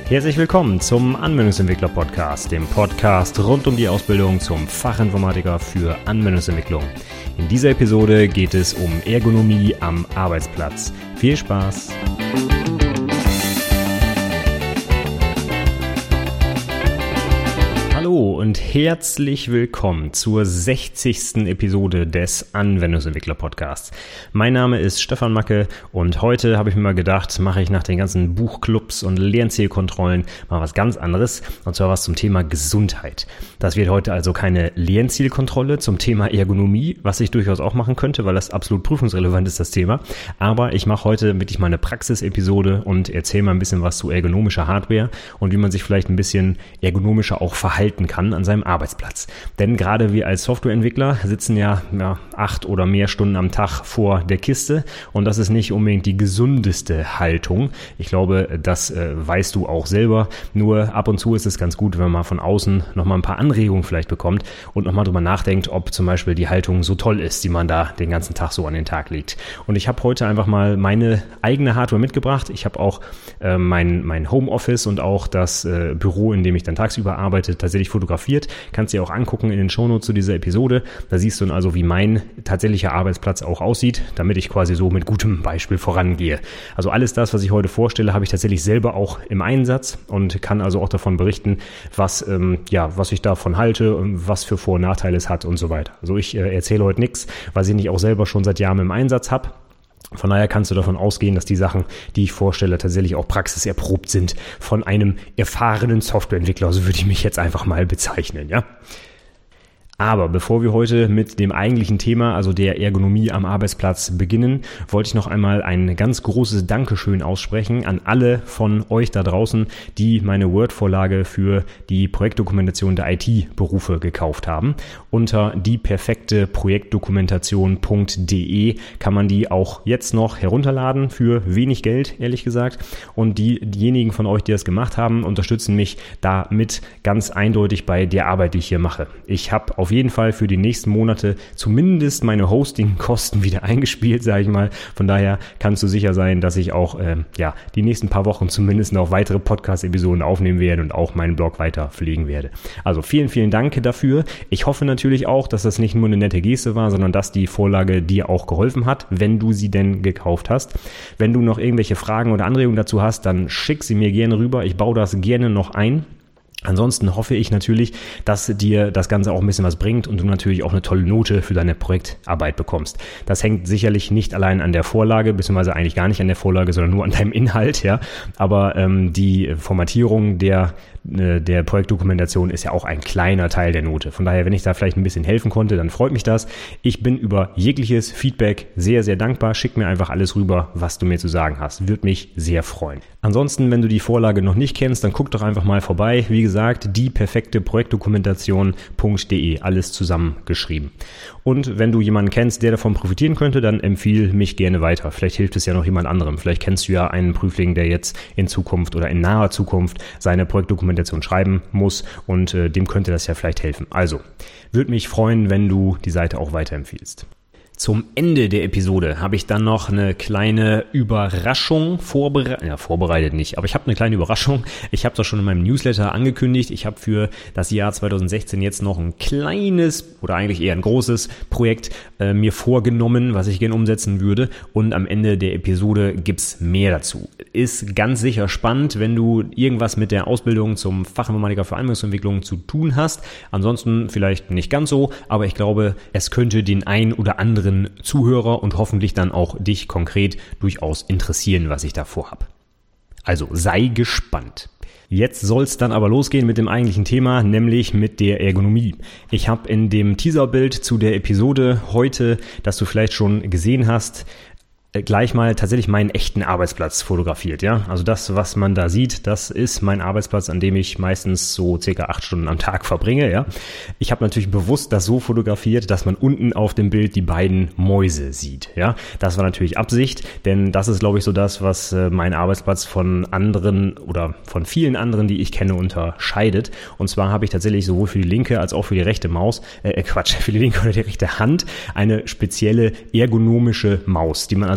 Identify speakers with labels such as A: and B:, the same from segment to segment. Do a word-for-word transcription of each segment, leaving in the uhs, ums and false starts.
A: Herzlich willkommen zum Anwendungsentwickler-Podcast, dem Podcast rund um die Ausbildung zum Fachinformatiker für Anwendungsentwicklung. In dieser Episode geht es um Ergonomie am Arbeitsplatz. Viel Spaß! Hallo und herzlich willkommen zur sechzigsten Episode des Anwendungsentwickler-Podcasts. Mein Name ist Stefan Macke und heute habe ich mir mal gedacht, mache ich nach den ganzen Buchclubs und Lernzielkontrollen mal was ganz anderes, und zwar was zum Thema Gesundheit. Das wird heute also keine Lernzielkontrolle zum Thema Ergonomie, was ich durchaus auch machen könnte, weil das absolut prüfungsrelevant ist, das Thema. Aber ich mache heute wirklich mal eine Praxisepisode und erzähle mal ein bisschen was zu ergonomischer Hardware und wie man sich vielleicht ein bisschen ergonomischer auch verhalten kann an seinem Arbeitsplatz. Denn gerade wir als Softwareentwickler sitzen ja, ja acht oder mehr Stunden am Tag vor der Kiste und das ist nicht unbedingt die gesundeste Haltung. Ich glaube, das äh, weißt du auch selber. Nur ab und zu ist es ganz gut, wenn man mal von außen nochmal ein paar Anregungen vielleicht bekommt und nochmal drüber nachdenkt, ob zum Beispiel die Haltung so toll ist, die man da den ganzen Tag so an den Tag legt. Und ich habe heute einfach mal meine eigene Hardware mitgebracht. Ich habe auch äh, mein, mein Homeoffice und auch das äh, Büro, in dem ich dann tagsüber arbeite, tatsächlich fotografiert. Kannst dir auch angucken in den Shownotes zu dieser Episode. Da siehst du dann also, wie mein tatsächlicher Arbeitsplatz auch aussieht, damit ich quasi so mit gutem Beispiel vorangehe. Also alles das, was ich heute vorstelle, habe ich tatsächlich selber auch im Einsatz und kann also auch davon berichten, was, ähm, ja, was ich davon halte und was für Vor- und Nachteile es hat und so weiter. Also ich äh, erzähle heute nichts, was ich nicht auch selber schon seit Jahren im Einsatz habe. Von daher kannst du davon ausgehen, dass die Sachen, die ich vorstelle, tatsächlich auch praxiserprobt sind von einem erfahrenen Softwareentwickler. So würde ich mich jetzt einfach mal bezeichnen, ja. Aber bevor wir heute mit dem eigentlichen Thema, also der Ergonomie am Arbeitsplatz, beginnen, wollte ich noch einmal ein ganz großes Dankeschön aussprechen an alle von euch da draußen, die meine Word-Vorlage für die Projektdokumentation der I T-Berufe gekauft haben. Unter die perfekte Projektdokumentation punkt de kann man die auch jetzt noch herunterladen für wenig Geld, ehrlich gesagt. Und die, diejenigen von euch, die das gemacht haben, unterstützen mich damit ganz eindeutig bei der Arbeit, die ich hier mache. Ich habe auf Auf jeden Fall für die nächsten Monate zumindest meine Hosting-Kosten wieder eingespielt, sage ich mal. Von daher kannst du sicher sein, dass ich auch ähm, ja die nächsten paar Wochen zumindest noch weitere Podcast-Episoden aufnehmen werde und auch meinen Blog weiter pflegen werde. Also vielen, vielen Dank dafür. Ich hoffe natürlich auch, dass das nicht nur eine nette Geste war, sondern dass die Vorlage dir auch geholfen hat, wenn du sie denn gekauft hast. Wenn du noch irgendwelche Fragen oder Anregungen dazu hast, dann schick sie mir gerne rüber. Ich baue das gerne noch ein. Ansonsten hoffe ich natürlich, dass dir das Ganze auch ein bisschen was bringt und du natürlich auch eine tolle Note für deine Projektarbeit bekommst. Das hängt sicherlich nicht allein an der Vorlage, beziehungsweise eigentlich gar nicht an der Vorlage, sondern nur an deinem Inhalt, ja. Aber ähm, die Formatierung der der Projektdokumentation ist ja auch ein kleiner Teil der Note. Von daher, wenn ich da vielleicht ein bisschen helfen konnte, dann freut mich das. Ich bin über jegliches Feedback sehr, sehr dankbar. Schick mir einfach alles rüber, was du mir zu sagen hast. Würde mich sehr freuen. Ansonsten, wenn du die Vorlage noch nicht kennst, dann guck doch einfach mal vorbei. Wie gesagt, die perfekte Projektdokumentation punkt de, alles zusammengeschrieben. Und wenn du jemanden kennst, der davon profitieren könnte, dann empfiehl mich gerne weiter. Vielleicht hilft es ja noch jemand anderem. Vielleicht kennst du ja einen Prüfling, der jetzt in Zukunft oder in naher Zukunft seine Projektdokumentation schreiben muss und äh, dem könnte das ja vielleicht helfen. Also, würde mich freuen, wenn du die Seite auch weiterempfiehlst. Zum Ende der Episode habe ich dann noch eine kleine Überraschung vorbereitet. Ja, vorbereitet nicht, aber ich habe eine kleine Überraschung. Ich habe das schon in meinem Newsletter angekündigt. Ich habe für das Jahr zweitausendsechzehn jetzt noch ein kleines oder eigentlich eher ein großes Projekt äh, mir vorgenommen, was ich gerne umsetzen würde. Und am Ende der Episode gibt's mehr dazu. Ist ganz sicher spannend, wenn du irgendwas mit der Ausbildung zum Fachinformatiker für Anwendungsentwicklung zu tun hast. Ansonsten vielleicht nicht ganz so, aber ich glaube, es könnte den ein oder anderen Zuhörer und hoffentlich dann auch dich konkret durchaus interessieren, was ich da vorhab. Also sei gespannt. Jetzt soll es dann aber losgehen mit dem eigentlichen Thema, nämlich mit der Ergonomie. Ich habe in dem Teaserbild zu der Episode heute, das du vielleicht schon gesehen hast, gleich mal tatsächlich meinen echten Arbeitsplatz fotografiert, ja. Also das, was man da sieht, das ist mein Arbeitsplatz, an dem ich meistens so circa acht Stunden am Tag verbringe, ja. Ich habe natürlich bewusst das so fotografiert, dass man unten auf dem Bild die beiden Mäuse sieht, ja. Das war natürlich Absicht, denn das ist, glaube ich, so das, was äh, meinen Arbeitsplatz von anderen oder von vielen anderen, die ich kenne, unterscheidet. Und zwar habe ich tatsächlich sowohl für die linke als auch für die rechte Maus, äh, Quatsch, für die linke oder die rechte Hand eine spezielle ergonomische Maus, die man also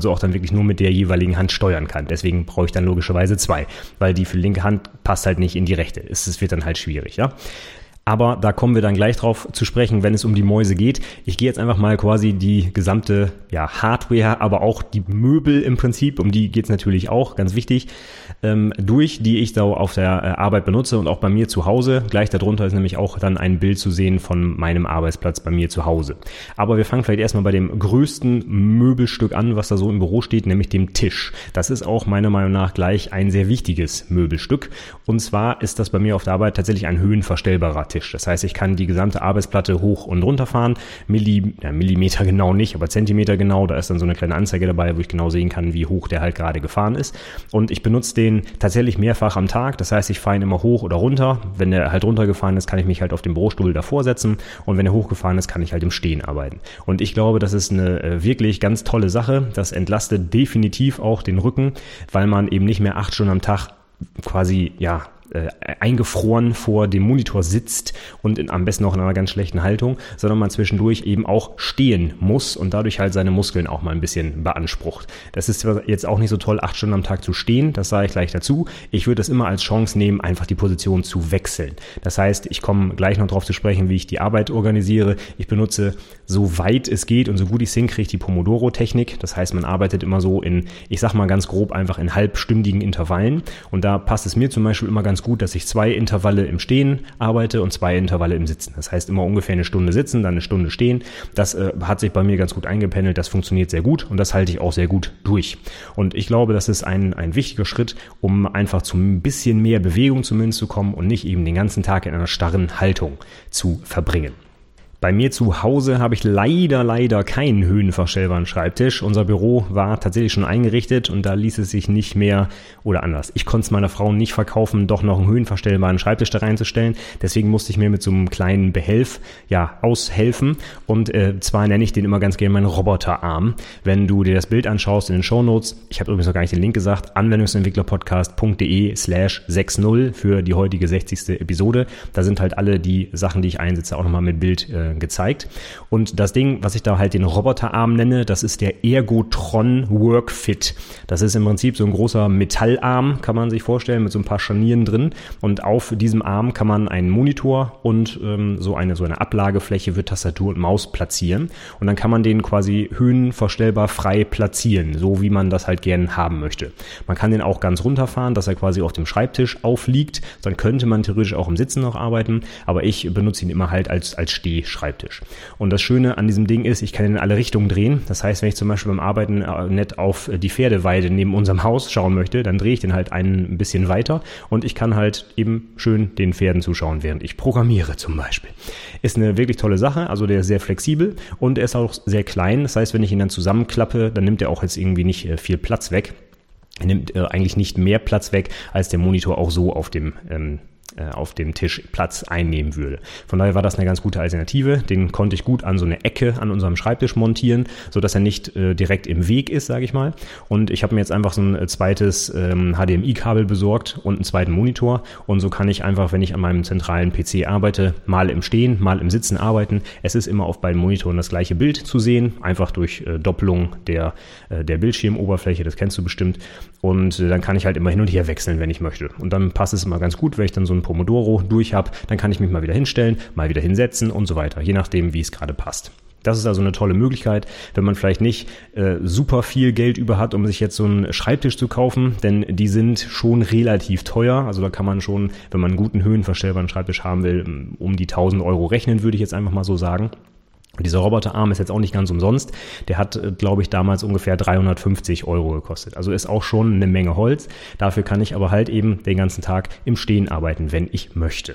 A: also auch dann wirklich nur mit der jeweiligen Hand steuern kann. Deswegen brauche ich dann logischerweise zwei, weil die für die linke Hand passt halt nicht in die rechte. Es, es wird dann halt schwierig, ja. Aber da kommen wir dann gleich drauf zu sprechen, wenn es um die Mäuse geht. Ich gehe jetzt einfach mal quasi die gesamte ja, Hardware, aber auch die Möbel im Prinzip, um die geht es natürlich auch, ganz wichtig, ähm, durch, die ich da auf der äh, Arbeit benutze und auch bei mir zu Hause. Gleich darunter ist nämlich auch dann ein Bild zu sehen von meinem Arbeitsplatz bei mir zu Hause. Aber wir fangen vielleicht erstmal bei dem größten Möbelstück an, was da so im Büro steht, nämlich dem Tisch. Das ist auch meiner Meinung nach gleich ein sehr wichtiges Möbelstück. Und zwar ist das bei mir auf der Arbeit tatsächlich ein höhenverstellbarer Tisch. Das heißt, ich kann die gesamte Arbeitsplatte hoch und runter fahren, Milli, ja, Millimeter genau nicht, aber Zentimeter genau, da ist dann so eine kleine Anzeige dabei, wo ich genau sehen kann, wie hoch der halt gerade gefahren ist. Und ich benutze den tatsächlich mehrfach am Tag, das heißt, ich fahre ihn immer hoch oder runter. Wenn der halt runtergefahren ist, kann ich mich halt auf den Bürostuhl davor setzen und wenn er hochgefahren ist, kann ich halt im Stehen arbeiten. Und ich glaube, das ist eine äh, wirklich ganz tolle Sache. Das entlastet definitiv auch den Rücken, weil man eben nicht mehr acht Stunden am Tag quasi, ja, Äh, eingefroren vor dem Monitor sitzt und in, am besten auch in einer ganz schlechten Haltung, sondern man zwischendurch eben auch stehen muss und dadurch halt seine Muskeln auch mal ein bisschen beansprucht. Das ist jetzt auch nicht so toll, acht Stunden am Tag zu stehen, das sage ich gleich dazu. Ich würde das immer als Chance nehmen, einfach die Position zu wechseln. Das heißt, ich komme gleich noch darauf zu sprechen, wie ich die Arbeit organisiere. Ich benutze, so weit es geht und so gut ich es hinkriege, die Pomodoro-Technik. Das heißt, man arbeitet immer so in, ich sag mal ganz grob, einfach in halbstündigen Intervallen und da passt es mir zum Beispiel immer ganz gut, dass ich zwei Intervalle im Stehen arbeite und zwei Intervalle im Sitzen. Das heißt immer ungefähr eine Stunde sitzen, dann eine Stunde stehen. Das äh, hat sich bei mir ganz gut eingependelt, das funktioniert sehr gut und das halte ich auch sehr gut durch. Und ich glaube, das ist ein, ein wichtiger Schritt, um einfach zu ein bisschen mehr Bewegung zumindest zu kommen und nicht eben den ganzen Tag in einer starren Haltung zu verbringen. Bei mir zu Hause habe ich leider, leider keinen höhenverstellbaren Schreibtisch. Unser Büro war tatsächlich schon eingerichtet und da ließ es sich nicht mehr, oder anders, ich konnte es meiner Frau nicht verkaufen, doch noch einen höhenverstellbaren Schreibtisch da reinzustellen. Deswegen musste ich mir mit so einem kleinen Behelf, ja, aushelfen und äh, zwar nenne ich den immer ganz gerne meinen Roboterarm. Wenn du dir das Bild anschaust in den Shownotes, ich habe übrigens noch gar nicht den Link gesagt, anwendungsentwicklerpodcast.de slash sechzig für die heutige sechzigste Episode. Da sind halt alle die Sachen, die ich einsetze, auch nochmal mit Bild äh, gezeigt. Und das Ding, was ich da halt den Roboterarm nenne, das ist der Ergotron Workfit. Das ist im Prinzip so ein großer Metallarm, kann man sich vorstellen, mit so ein paar Scharnieren drin. Und auf diesem Arm kann man einen Monitor und ähm, so eine so eine Ablagefläche für Tastatur und Maus platzieren. Und dann kann man den quasi höhenverstellbar frei platzieren, so wie man das halt gerne haben möchte. Man kann den auch ganz runterfahren, dass er quasi auf dem Schreibtisch aufliegt. Dann könnte man theoretisch auch im Sitzen noch arbeiten, aber ich benutze ihn immer halt als, als Stehschreibtisch. Und das Schöne an diesem Ding ist, ich kann ihn in alle Richtungen drehen. Das heißt, wenn ich zum Beispiel beim Arbeiten nett auf die Pferdeweide neben unserem Haus schauen möchte, dann drehe ich den halt ein bisschen weiter und ich kann halt eben schön den Pferden zuschauen, während ich programmiere zum Beispiel. Ist eine wirklich tolle Sache, also der ist sehr flexibel und er ist auch sehr klein. Das heißt, wenn ich ihn dann zusammenklappe, dann nimmt er auch jetzt irgendwie nicht viel Platz weg. Er nimmt äh, eigentlich nicht mehr Platz weg, als der Monitor auch so auf dem ähm, auf dem Tisch Platz einnehmen würde. Von daher war das eine ganz gute Alternative. Den konnte ich gut an so eine Ecke an unserem Schreibtisch montieren, so dass er nicht äh, direkt im Weg ist, sage ich mal. Und ich habe mir jetzt einfach so ein zweites ähm, H D M I-Kabel besorgt und einen zweiten Monitor. Und so kann ich einfach, wenn ich an meinem zentralen P C arbeite, mal im Stehen, mal im Sitzen arbeiten. Es ist immer auf beiden Monitoren das gleiche Bild zu sehen, einfach durch äh, Doppelung der, äh, der Bildschirmoberfläche, das kennst du bestimmt. Und äh, dann kann ich halt immer hin und her wechseln, wenn ich möchte. Und dann passt es immer ganz gut, wenn ich dann so ein Pomodoro durch habe, dann kann ich mich mal wieder hinstellen, mal wieder hinsetzen und so weiter, je nachdem, wie es gerade passt. Das ist also eine tolle Möglichkeit, wenn man vielleicht nicht äh, super viel Geld über hat, um sich jetzt so einen Schreibtisch zu kaufen, denn die sind schon relativ teuer. Also da kann man schon, wenn man einen guten höhenverstellbaren Schreibtisch haben will, um die tausend Euro rechnen, würde ich jetzt einfach mal so sagen. Dieser Roboterarm ist jetzt auch nicht ganz umsonst. Der hat, glaube ich, damals ungefähr dreihundertfünfzig Euro gekostet. Also ist auch schon eine Menge Holz. Dafür kann ich aber halt eben den ganzen Tag im Stehen arbeiten, wenn ich möchte.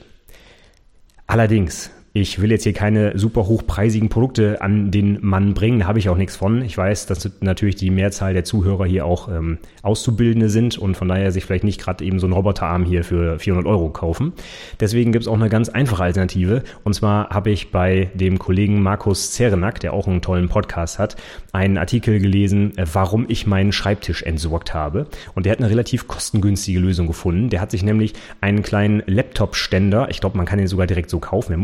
A: Allerdings, ich will jetzt hier keine super hochpreisigen Produkte an den Mann bringen, da habe ich auch nichts von. Ich weiß, dass natürlich die Mehrzahl der Zuhörer hier auch ähm, Auszubildende sind und von daher sich vielleicht nicht gerade eben so einen Roboterarm hier für vierhundert Euro kaufen. Deswegen gibt es auch eine ganz einfache Alternative und zwar habe ich bei dem Kollegen Markus Zerenak, der auch einen tollen Podcast hat, einen Artikel gelesen, äh, warum ich meinen Schreibtisch entsorgt habe und der hat eine relativ kostengünstige Lösung gefunden. Der hat sich nämlich einen kleinen Laptop-Ständer, ich glaube, man kann den sogar direkt so kaufen, er musste sich den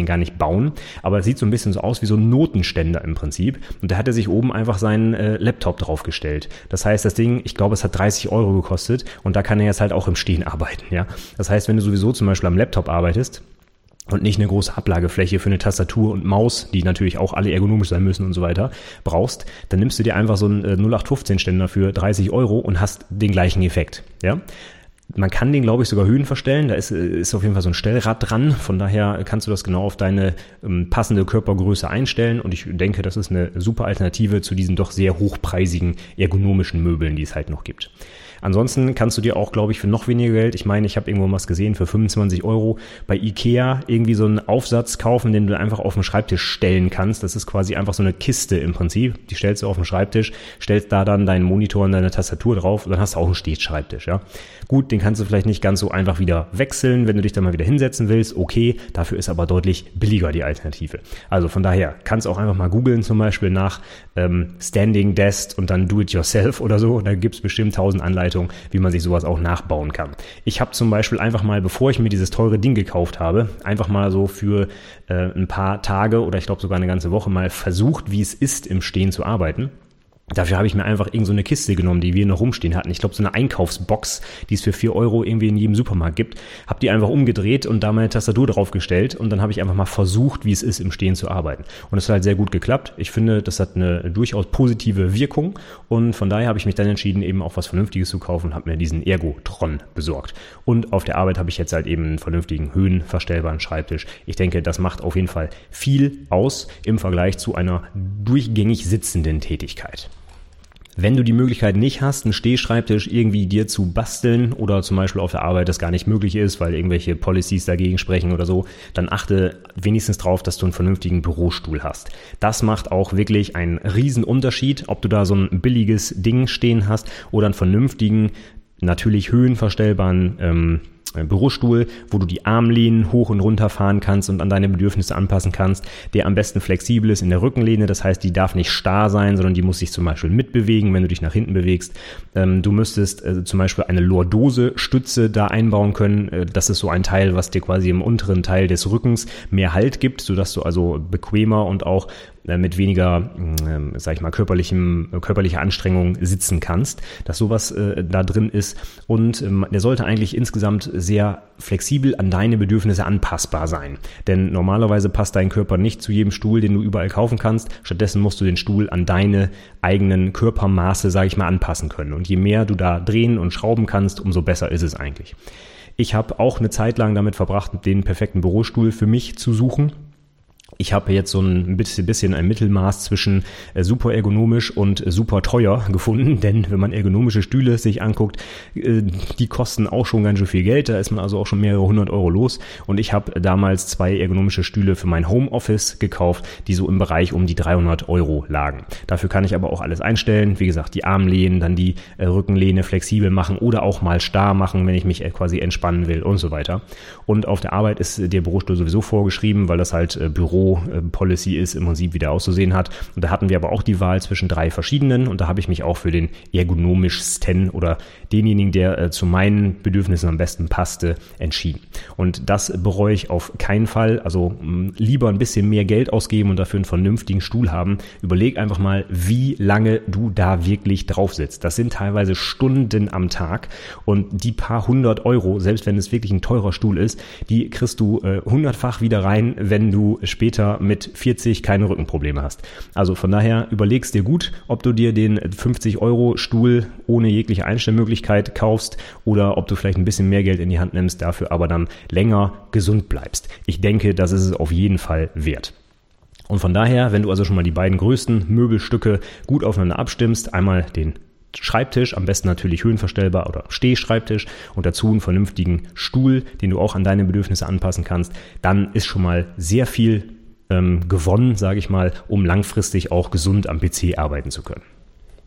A: gar nicht bauen, aber es sieht so ein bisschen so aus wie so ein Notenständer im Prinzip. Und da hat er sich oben einfach seinen äh, Laptop draufgestellt. Das heißt, das Ding, ich glaube, es hat dreißig Euro gekostet und da kann er jetzt halt auch im Stehen arbeiten. Ja, das heißt, wenn du sowieso zum Beispiel am Laptop arbeitest und nicht eine große Ablagefläche für eine Tastatur und Maus, die natürlich auch alle ergonomisch sein müssen und so weiter, brauchst, dann nimmst du dir einfach so einen äh, null acht fünfzehn Ständer für dreißig Euro und hast den gleichen Effekt. Ja. Man kann den, glaube ich, sogar Höhen verstellen. Da ist, ist auf jeden Fall so ein Stellrad dran. Von daher kannst du das genau auf deine ähm, passende Körpergröße einstellen. Und ich denke, das ist eine super Alternative zu diesen doch sehr hochpreisigen ergonomischen Möbeln, die es halt noch gibt. Ansonsten kannst du dir auch, glaube ich, für noch weniger Geld, ich meine, ich habe irgendwo was gesehen, für fünfundzwanzig Euro bei Ikea irgendwie so einen Aufsatz kaufen, den du einfach auf den Schreibtisch stellen kannst. Das ist quasi einfach so eine Kiste im Prinzip. Die stellst du auf den Schreibtisch, stellst da dann deinen Monitor und deine Tastatur drauf und dann hast du auch einen Stehschreibtisch. Ja. Gut, den kannst du vielleicht nicht ganz so einfach wieder wechseln, wenn du dich da mal wieder hinsetzen willst. Okay, dafür ist aber deutlich billiger die Alternative. Also von daher kannst du auch einfach mal googeln, zum Beispiel nach ähm, Standing Desk und dann Do It Yourself oder so. Da gibt's bestimmt tausend Anleitungen, wie man sich sowas auch nachbauen kann. Ich habe zum Beispiel einfach mal, bevor ich mir dieses teure Ding gekauft habe, einfach mal so für äh, ein paar Tage oder ich glaube sogar eine ganze Woche mal versucht, wie es ist, im Stehen zu arbeiten. Dafür habe ich mir einfach irgend so eine Kiste genommen, die wir noch rumstehen hatten. Ich glaube, so eine Einkaufsbox, die es für vier Euro irgendwie in jedem Supermarkt gibt. Habe die einfach umgedreht und da meine Tastatur draufgestellt und dann habe ich einfach mal versucht, wie es ist, im Stehen zu arbeiten. Und es hat halt sehr gut geklappt. Ich finde, das hat eine durchaus positive Wirkung und von daher habe ich mich dann entschieden, eben auch was Vernünftiges zu kaufen und habe mir diesen Ergotron besorgt. Und auf der Arbeit habe ich jetzt halt eben einen vernünftigen höhenverstellbaren Schreibtisch. Ich denke, das macht auf jeden Fall viel aus im Vergleich zu einer durchgängig sitzenden Tätigkeit. Wenn du die Möglichkeit nicht hast, einen Stehschreibtisch irgendwie dir zu basteln oder zum Beispiel auf der Arbeit das gar nicht möglich ist, weil irgendwelche Policies dagegen sprechen oder so, dann achte wenigstens drauf, dass du einen vernünftigen Bürostuhl hast. Das macht auch wirklich einen riesen Unterschied, ob du da so ein billiges Ding stehen hast oder einen vernünftigen, natürlich höhenverstellbaren ähm, Bürostuhl, wo du die Armlehnen hoch und runter fahren kannst und an deine Bedürfnisse anpassen kannst, der am besten flexibel ist in der Rückenlehne, das heißt, die darf nicht starr sein, sondern die muss sich zum Beispiel mitbewegen, wenn du dich nach hinten bewegst. Ähm, du müsstest äh, zum Beispiel eine Lordose-Stütze da einbauen können, äh, das ist so ein Teil, was dir quasi im unteren Teil des Rückens mehr Halt gibt, sodass du also bequemer und auch mit weniger, äh, sag ich mal, körperlichem, körperlicher Anstrengung sitzen kannst, dass sowas äh, da drin ist und ähm, der sollte eigentlich insgesamt sehr flexibel an deine Bedürfnisse anpassbar sein, denn normalerweise passt dein Körper nicht zu jedem Stuhl, den du überall kaufen kannst, stattdessen musst du den Stuhl an deine eigenen Körpermaße, sag ich mal, anpassen können und je mehr du da drehen und schrauben kannst, umso besser ist es eigentlich. Ich habe auch eine Zeit lang damit verbracht, den perfekten Bürostuhl für mich zu suchen. Ich habe jetzt so ein bisschen, bisschen ein Mittelmaß zwischen äh, super ergonomisch und äh, super teuer gefunden, denn wenn man ergonomische Stühle sich anguckt, äh, die kosten auch schon ganz schön viel Geld, da ist man also auch schon mehrere hundert Euro los und ich habe damals zwei ergonomische Stühle für mein Homeoffice gekauft, die so im Bereich um die dreihundert Euro lagen. Dafür kann ich aber auch alles einstellen, wie gesagt, die Armlehnen, dann die äh, Rückenlehne flexibel machen oder auch mal starr machen, wenn ich mich äh, quasi entspannen will und so weiter. Und auf der Arbeit ist äh, der Bürostuhl sowieso vorgeschrieben, weil das halt äh, Büro Policy ist, im Prinzip wie der auszusehen hat. Und da hatten wir aber auch die Wahl zwischen drei verschiedenen und da habe ich mich auch für den ergonomischsten oder denjenigen, der äh, zu meinen Bedürfnissen am besten passte, entschieden. Und das bereue ich auf keinen Fall. Also mh, lieber ein bisschen mehr Geld ausgeben und dafür einen vernünftigen Stuhl haben. Überleg einfach mal, wie lange du da wirklich drauf sitzt. Das sind teilweise Stunden am Tag und die paar hundert Euro, selbst wenn es wirklich ein teurer Stuhl ist, die kriegst du äh, hundertfach wieder rein, wenn du später mit vierzig keine Rückenprobleme hast. Also von daher überlegst dir gut, ob du dir den fünfzig Euro Stuhl ohne jegliche Einstellmöglichkeit kaufst oder ob du vielleicht ein bisschen mehr Geld in die Hand nimmst, dafür aber dann länger gesund bleibst. Ich denke, das ist es auf jeden Fall wert. Und von daher, wenn du also schon mal die beiden größten Möbelstücke gut aufeinander abstimmst, einmal den Schreibtisch, am besten natürlich höhenverstellbar oder Stehschreibtisch und dazu einen vernünftigen Stuhl, den du auch an deine Bedürfnisse anpassen kannst, dann ist schon mal sehr viel ähm, gewonnen, sage ich mal, um langfristig auch gesund am P C arbeiten zu können.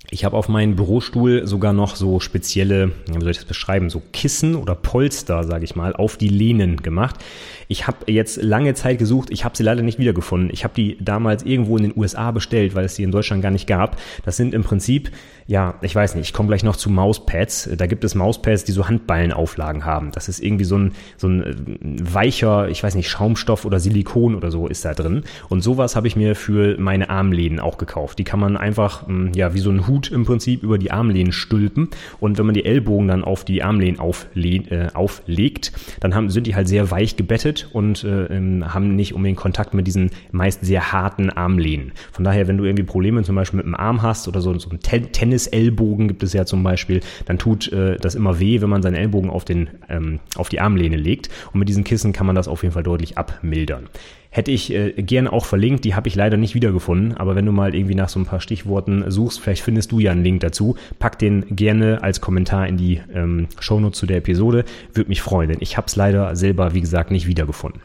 A: Ich habe auf meinen Bürostuhl sogar noch so spezielle, wie soll ich das beschreiben, so Kissen oder Polster, sage ich mal, auf die Lehnen gemacht. Ich habe jetzt lange Zeit gesucht, ich habe sie leider nicht wiedergefunden. Ich habe die damals irgendwo in den U S A bestellt, weil es die in Deutschland gar nicht gab. Das sind im Prinzip, ja, ich weiß nicht, ich komme gleich noch zu Mauspads. Da gibt es Mauspads, die so Handballenauflagen haben. Das ist irgendwie so ein, so ein weicher, ich weiß nicht, Schaumstoff oder Silikon oder so ist da drin. Und sowas habe ich mir für meine Armlehnen auch gekauft. Die kann man einfach, ja, wie so ein Hut im Prinzip über die Armlehnen stülpen. Und wenn man die Ellbogen dann auf die Armlehnen aufle- äh, auflegt, dann haben, sind die halt sehr weich gebettet und äh, haben nicht unbedingt Kontakt mit diesen meist sehr harten Armlehnen. Von daher, wenn du irgendwie Probleme zum Beispiel mit dem Arm hast oder so, so einen Ten- Tennis-Ellbogen gibt es ja zum Beispiel, dann tut äh, das immer weh, wenn man seinen Ellbogen auf, den, ähm, auf die Armlehne legt. Und mit diesen Kissen kann man das auf jeden Fall deutlich abmildern. Hätte ich äh, gerne auch verlinkt, die habe ich leider nicht wiedergefunden, aber wenn du mal irgendwie nach so ein paar Stichworten suchst, vielleicht findest du ja einen Link dazu, pack den gerne als Kommentar in die ähm, Shownotes zu der Episode, würde mich freuen, denn ich habe es leider selber, wie gesagt, nicht wiedergefunden.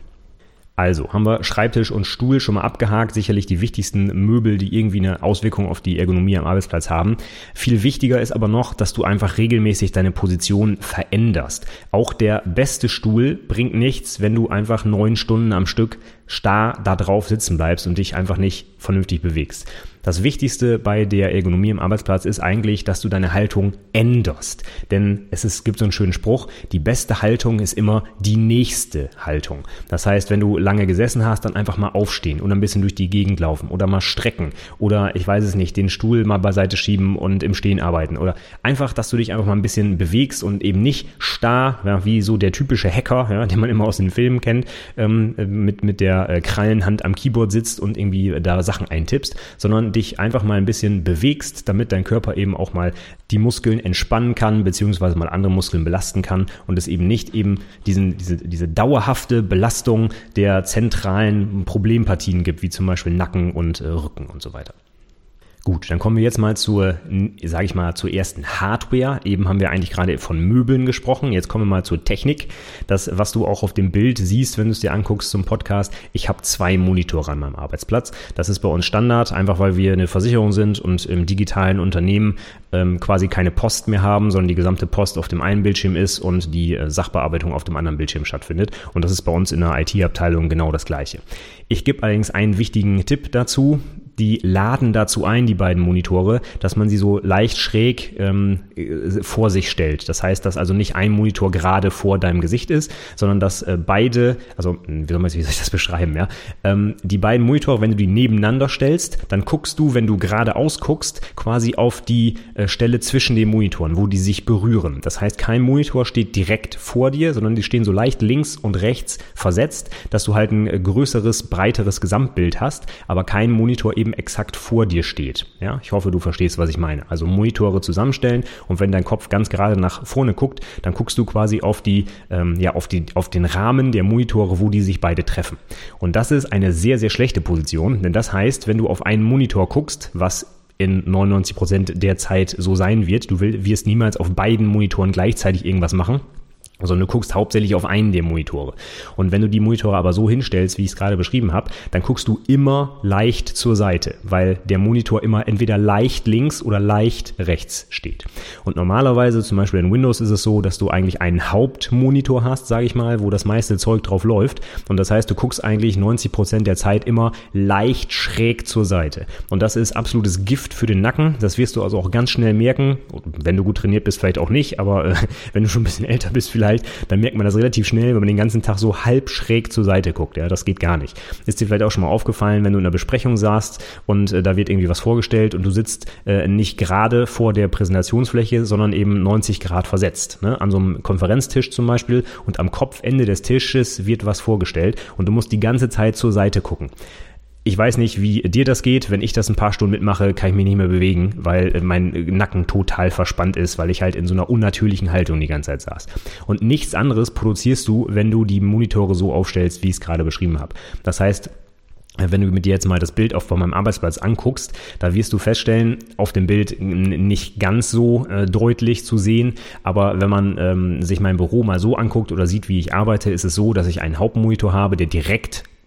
A: Also haben wir Schreibtisch und Stuhl schon mal abgehakt, sicherlich die wichtigsten Möbel, die irgendwie eine Auswirkung auf die Ergonomie am Arbeitsplatz haben. Viel wichtiger ist aber noch, dass du einfach regelmäßig deine Position veränderst. Auch der beste Stuhl bringt nichts, wenn du einfach neun Stunden am Stück starr da drauf sitzen bleibst und dich einfach nicht vernünftig bewegst. Das Wichtigste bei der Ergonomie am Arbeitsplatz ist eigentlich, dass du deine Haltung änderst. Denn es ist, gibt so einen schönen Spruch, die beste Haltung ist immer die nächste Haltung. Das heißt, wenn du lange gesessen hast, dann einfach mal aufstehen und ein bisschen durch die Gegend laufen oder mal strecken oder, ich weiß es nicht, den Stuhl mal beiseite schieben und im Stehen arbeiten oder einfach, dass du dich einfach mal ein bisschen bewegst und eben nicht starr, ja, wie so der typische Hacker, ja, den man immer aus den Filmen kennt, ähm, mit, mit der äh, Krallenhand am Keyboard sitzt und irgendwie da Sachen eintippst, sondern dich einfach mal ein bisschen bewegst, damit dein Körper eben auch mal die Muskeln entspannen kann, beziehungsweise mal andere Muskeln belasten kann und es eben nicht eben diesen, diese, diese dauerhafte Belastung der zentralen Problempartien gibt, wie zum Beispiel Nacken und äh, Rücken und so weiter. Gut, dann kommen wir jetzt mal zur, sage ich mal, zur ersten Hardware. Eben haben wir eigentlich gerade von Möbeln gesprochen. Jetzt kommen wir mal zur Technik. Das, was du auch auf dem Bild siehst, wenn du es dir anguckst zum Podcast. Ich habe zwei Monitore an meinem Arbeitsplatz. Das ist bei uns Standard, einfach weil wir eine Versicherung sind und im digitalen Unternehmen ähm, quasi keine Post mehr haben, sondern die gesamte Post auf dem einen Bildschirm ist und die äh, Sachbearbeitung auf dem anderen Bildschirm stattfindet. Und das ist bei uns in der I T-Abteilung genau das Gleiche. Ich gebe allerdings einen wichtigen Tipp dazu. Die laden dazu ein, die beiden Monitore, dass man sie so leicht schräg ähm, vor sich stellt. Das heißt, dass also nicht ein Monitor gerade vor deinem Gesicht ist, sondern dass äh, beide, also wie soll, man, wie soll ich das beschreiben, ja? Ähm, die beiden Monitore, wenn du die nebeneinander stellst, dann guckst du, wenn du geradeaus guckst, quasi auf die äh, Stelle zwischen den Monitoren, wo die sich berühren. Das heißt, kein Monitor steht direkt vor dir, sondern die stehen so leicht links und rechts versetzt, dass du halt ein äh, größeres, breiteres Gesamtbild hast, aber kein Monitor eben exakt vor dir steht. Ja, ich hoffe, du verstehst, was ich meine. Also Monitore zusammenstellen und wenn dein Kopf ganz gerade nach vorne guckt, dann guckst du quasi auf die, ähm, ja, auf die, auf den Rahmen der Monitore, wo die sich beide treffen. Und das ist eine sehr, sehr schlechte Position, denn das heißt, wenn du auf einen Monitor guckst, was in neunundneunzig Prozent der Zeit so sein wird, du wirst niemals auf beiden Monitoren gleichzeitig irgendwas machen, sondern du guckst hauptsächlich auf einen der Monitore. Und wenn du die Monitore aber so hinstellst, wie ich es gerade beschrieben habe, dann guckst du immer leicht zur Seite, weil der Monitor immer entweder leicht links oder leicht rechts steht. Und normalerweise, zum Beispiel in Windows, ist es so, dass du eigentlich einen Hauptmonitor hast, sage ich mal, wo das meiste Zeug drauf läuft. Und das heißt, du guckst eigentlich neunzig Prozent der Zeit immer leicht schräg zur Seite. Und das ist absolutes Gift für den Nacken. Das wirst du also auch ganz schnell merken. Wenn du gut trainiert bist, vielleicht auch nicht, aber äh, wenn du schon ein bisschen älter bist, vielleicht dann merkt man das relativ schnell, wenn man den ganzen Tag so halb schräg zur Seite guckt. Ja, das geht gar nicht. Ist dir vielleicht auch schon mal aufgefallen, wenn du in einer Besprechung saßt und äh, da wird irgendwie was vorgestellt und du sitzt äh, nicht gerade vor der Präsentationsfläche, sondern eben neunzig Grad versetzt. Ne? An so einem Konferenztisch zum Beispiel und am Kopfende des Tisches wird was vorgestellt und du musst die ganze Zeit zur Seite gucken. Ich weiß nicht, wie dir das geht. Wenn ich das ein paar Stunden mitmache, kann ich mich nicht mehr bewegen, weil mein Nacken total verspannt ist, weil ich halt in so einer unnatürlichen Haltung die ganze Zeit saß. Und nichts anderes produzierst du, wenn du die Monitore so aufstellst, wie ich es gerade beschrieben habe. Das heißt, wenn du mit dir jetzt mal das Bild auf von meinem Arbeitsplatz anguckst, da wirst du feststellen, auf dem Bild nicht ganz so äh, deutlich zu sehen, aber wenn man ähm, sich mein Büro mal so anguckt oder sieht, wie ich arbeite, ist es so, dass ich einen Hauptmonitor habe, der direkt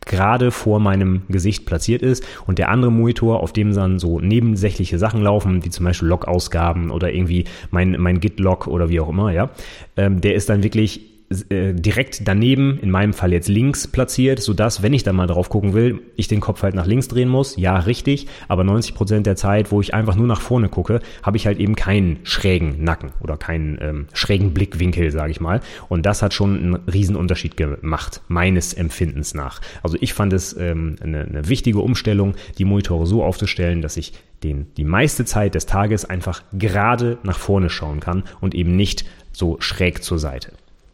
A: gerade vor meinem Gesicht platziert ist und der andere Monitor, auf dem dann so nebensächliche Sachen laufen, wie zum Beispiel Log-Ausgaben oder irgendwie mein, mein Git-Log oder wie auch immer, ja, ähm, der ist dann wirklich direkt daneben, in meinem Fall jetzt links platziert, sodass, wenn ich da mal drauf gucken will, ich den Kopf halt nach links drehen muss. Ja, richtig, aber neunzig Prozent der Zeit, wo ich einfach nur nach vorne gucke, habe ich halt eben keinen schrägen Nacken oder keinen ähm, schrägen Blickwinkel, sage ich mal. Und das hat schon einen riesen Unterschied gemacht, meines Empfindens nach. Also ich fand es ähm, eine, eine wichtige Umstellung, die Monitore so aufzustellen, dass ich den, die meiste Zeit des Tages einfach gerade nach vorne schauen kann und eben nicht so schräg zur Seite.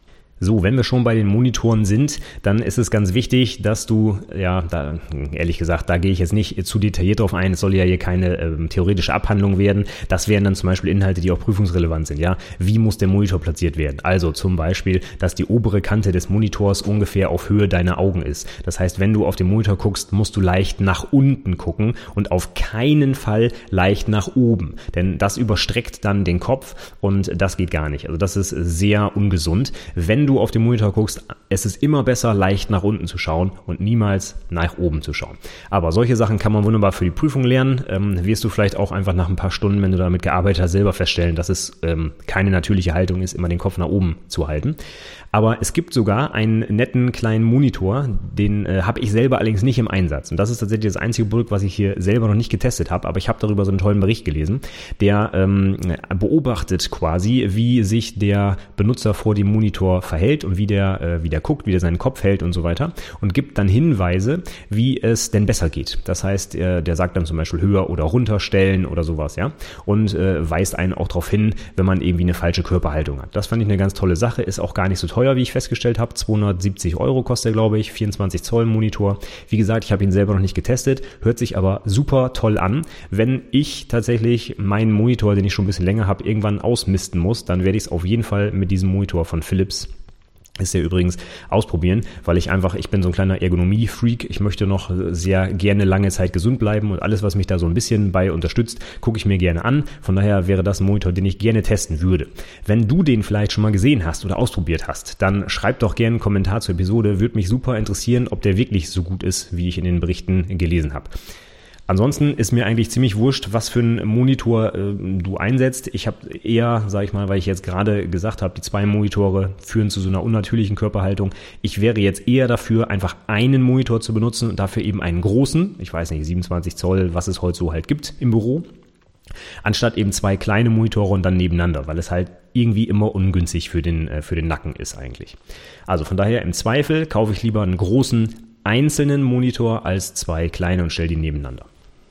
A: So, wenn wir schon bei den Monitoren sind, dann ist es ganz wichtig, dass du, ja, da, ehrlich gesagt, da gehe ich jetzt nicht zu detailliert drauf ein, es soll ja hier keine ähm, theoretische Abhandlung werden. Das wären dann zum Beispiel Inhalte, die auch prüfungsrelevant sind, ja. Wie muss der Monitor platziert werden? Also zum Beispiel, dass die obere Kante des Monitors ungefähr auf Höhe deiner Augen ist. Das heißt, wenn du auf den Monitor guckst, musst du leicht nach unten gucken und auf keinen Fall leicht nach oben, denn das überstreckt dann den Kopf und das geht gar nicht. Also das ist sehr ungesund. Wenn du auf den Monitor guckst, es ist immer besser, leicht nach unten zu schauen und niemals nach oben zu schauen. Aber solche Sachen kann man wunderbar für die Prüfung lernen. Ähm, wirst du vielleicht auch einfach nach ein paar Stunden, wenn du damit gearbeitet hast, selber feststellen, dass es ähm, keine natürliche Haltung ist, immer den Kopf nach oben zu halten. Aber es gibt sogar einen netten kleinen Monitor, den äh, habe ich selber allerdings nicht im Einsatz. Und das ist tatsächlich das einzige Produkt, was ich hier selber noch nicht getestet habe, aber ich habe darüber so einen tollen Bericht gelesen, der ähm, beobachtet quasi, wie sich der Benutzer vor dem Monitor verhält und wie der, äh, wie der guckt, wie der seinen Kopf hält und so weiter und gibt dann Hinweise, wie es denn besser geht. Das heißt, äh, der sagt dann zum Beispiel höher oder runter stellen oder sowas, ja, und äh, weist einen auch darauf hin, wenn man irgendwie eine falsche Körperhaltung hat. Das fand ich eine ganz tolle Sache, ist auch gar nicht so teuer, wie ich festgestellt habe. zweihundertsiebzig Euro kostet er, glaube ich, vierundzwanzig Zoll Monitor. Wie gesagt, ich habe ihn selber noch nicht getestet, hört sich aber super toll an. Wenn ich tatsächlich meinen Monitor, den ich schon ein bisschen länger habe, irgendwann ausmisten muss, dann werde ich es auf jeden Fall mit diesem Monitor von Philips, ist ja übrigens, ausprobieren, weil ich einfach, ich bin so ein kleiner Ergonomie-Freak, ich möchte noch sehr gerne lange Zeit gesund bleiben und alles, was mich da so ein bisschen bei unterstützt, gucke ich mir gerne an. Von daher wäre das ein Monitor, den ich gerne testen würde. Wenn du den vielleicht schon mal gesehen hast oder ausprobiert hast, dann schreib doch gerne einen Kommentar zur Episode, würde mich super interessieren, ob der wirklich so gut ist, wie ich in den Berichten gelesen habe. Ansonsten ist mir eigentlich ziemlich wurscht, was für einen Monitor äh, du einsetzt. Ich habe eher, sage ich mal, weil ich jetzt gerade gesagt habe, die zwei Monitore führen zu so einer unnatürlichen Körperhaltung. Ich wäre jetzt eher dafür, einfach einen Monitor zu benutzen und dafür eben einen großen, ich weiß nicht, siebenundzwanzig Zoll, was es heute so halt gibt im Büro, anstatt eben zwei kleine Monitore und dann nebeneinander, weil es halt irgendwie immer ungünstig für den, äh, für den Nacken ist eigentlich. Also von daher im Zweifel kaufe ich lieber einen großen einzelnen Monitor als zwei kleine und stelle die nebeneinander.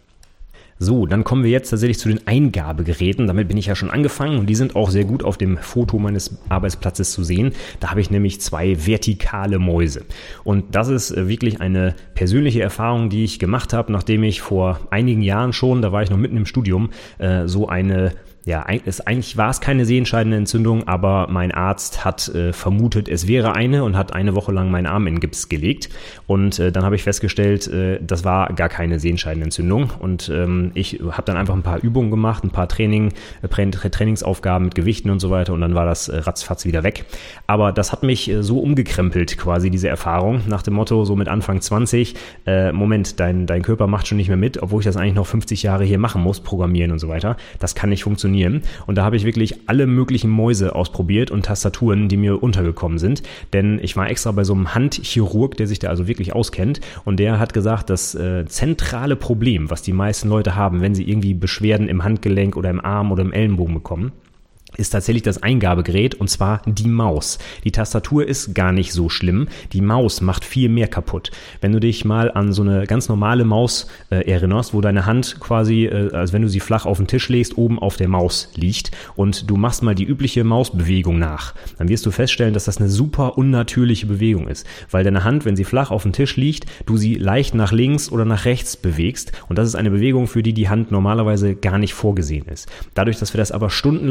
A: So, dann kommen wir jetzt tatsächlich zu den Eingabegeräten. Damit bin ich ja schon angefangen und die sind auch sehr gut auf dem Foto meines Arbeitsplatzes zu sehen. Da habe ich nämlich zwei vertikale Mäuse. Und das ist wirklich eine persönliche Erfahrung, die ich gemacht habe, nachdem ich vor einigen Jahren schon, da war ich noch mitten im Studium, so eine Ja, es, eigentlich war es keine sehentscheidende Entzündung, aber mein Arzt hat äh, vermutet, es wäre eine und hat eine Woche lang meinen Arm in Gips gelegt. Und äh, dann habe ich festgestellt, äh, das war gar keine sehentscheidende Entzündung. Und ähm, ich habe dann einfach ein paar Übungen gemacht, ein paar Training, äh, Trainingsaufgaben mit Gewichten und so weiter. Und dann war das äh, ratzfatz wieder weg. Aber das hat mich äh, so umgekrempelt, quasi diese Erfahrung, nach dem Motto, so mit Anfang zwanzig, äh, Moment, dein, dein Körper macht schon nicht mehr mit, obwohl ich das eigentlich noch fünfzig Jahre hier machen muss, programmieren und so weiter. Das kann nicht funktionieren. Und da habe ich wirklich alle möglichen Mäuse ausprobiert und Tastaturen, die mir untergekommen sind. Denn ich war extra bei so einem Handchirurg, der sich da also wirklich auskennt. Und der hat gesagt, das äh, zentrale Problem, was die meisten Leute haben, wenn sie irgendwie Beschwerden im Handgelenk oder im Arm oder im Ellenbogen bekommen, ist tatsächlich das Eingabegerät, und zwar die Maus. Die Tastatur ist gar nicht so schlimm, die Maus macht viel mehr kaputt. Wenn du dich mal an so eine ganz normale Maus äh, erinnerst, wo deine Hand quasi, äh, als wenn du sie flach auf den Tisch legst, oben auf der Maus liegt und du machst mal die übliche Mausbewegung nach, dann wirst du feststellen, dass das eine super unnatürliche Bewegung ist, weil deine Hand, wenn sie flach auf dem Tisch liegt, du sie leicht nach links oder nach rechts bewegst, und das ist eine Bewegung, für die die Hand normalerweise gar nicht vorgesehen ist. Dadurch, dass wir das aber stundenlang am Tag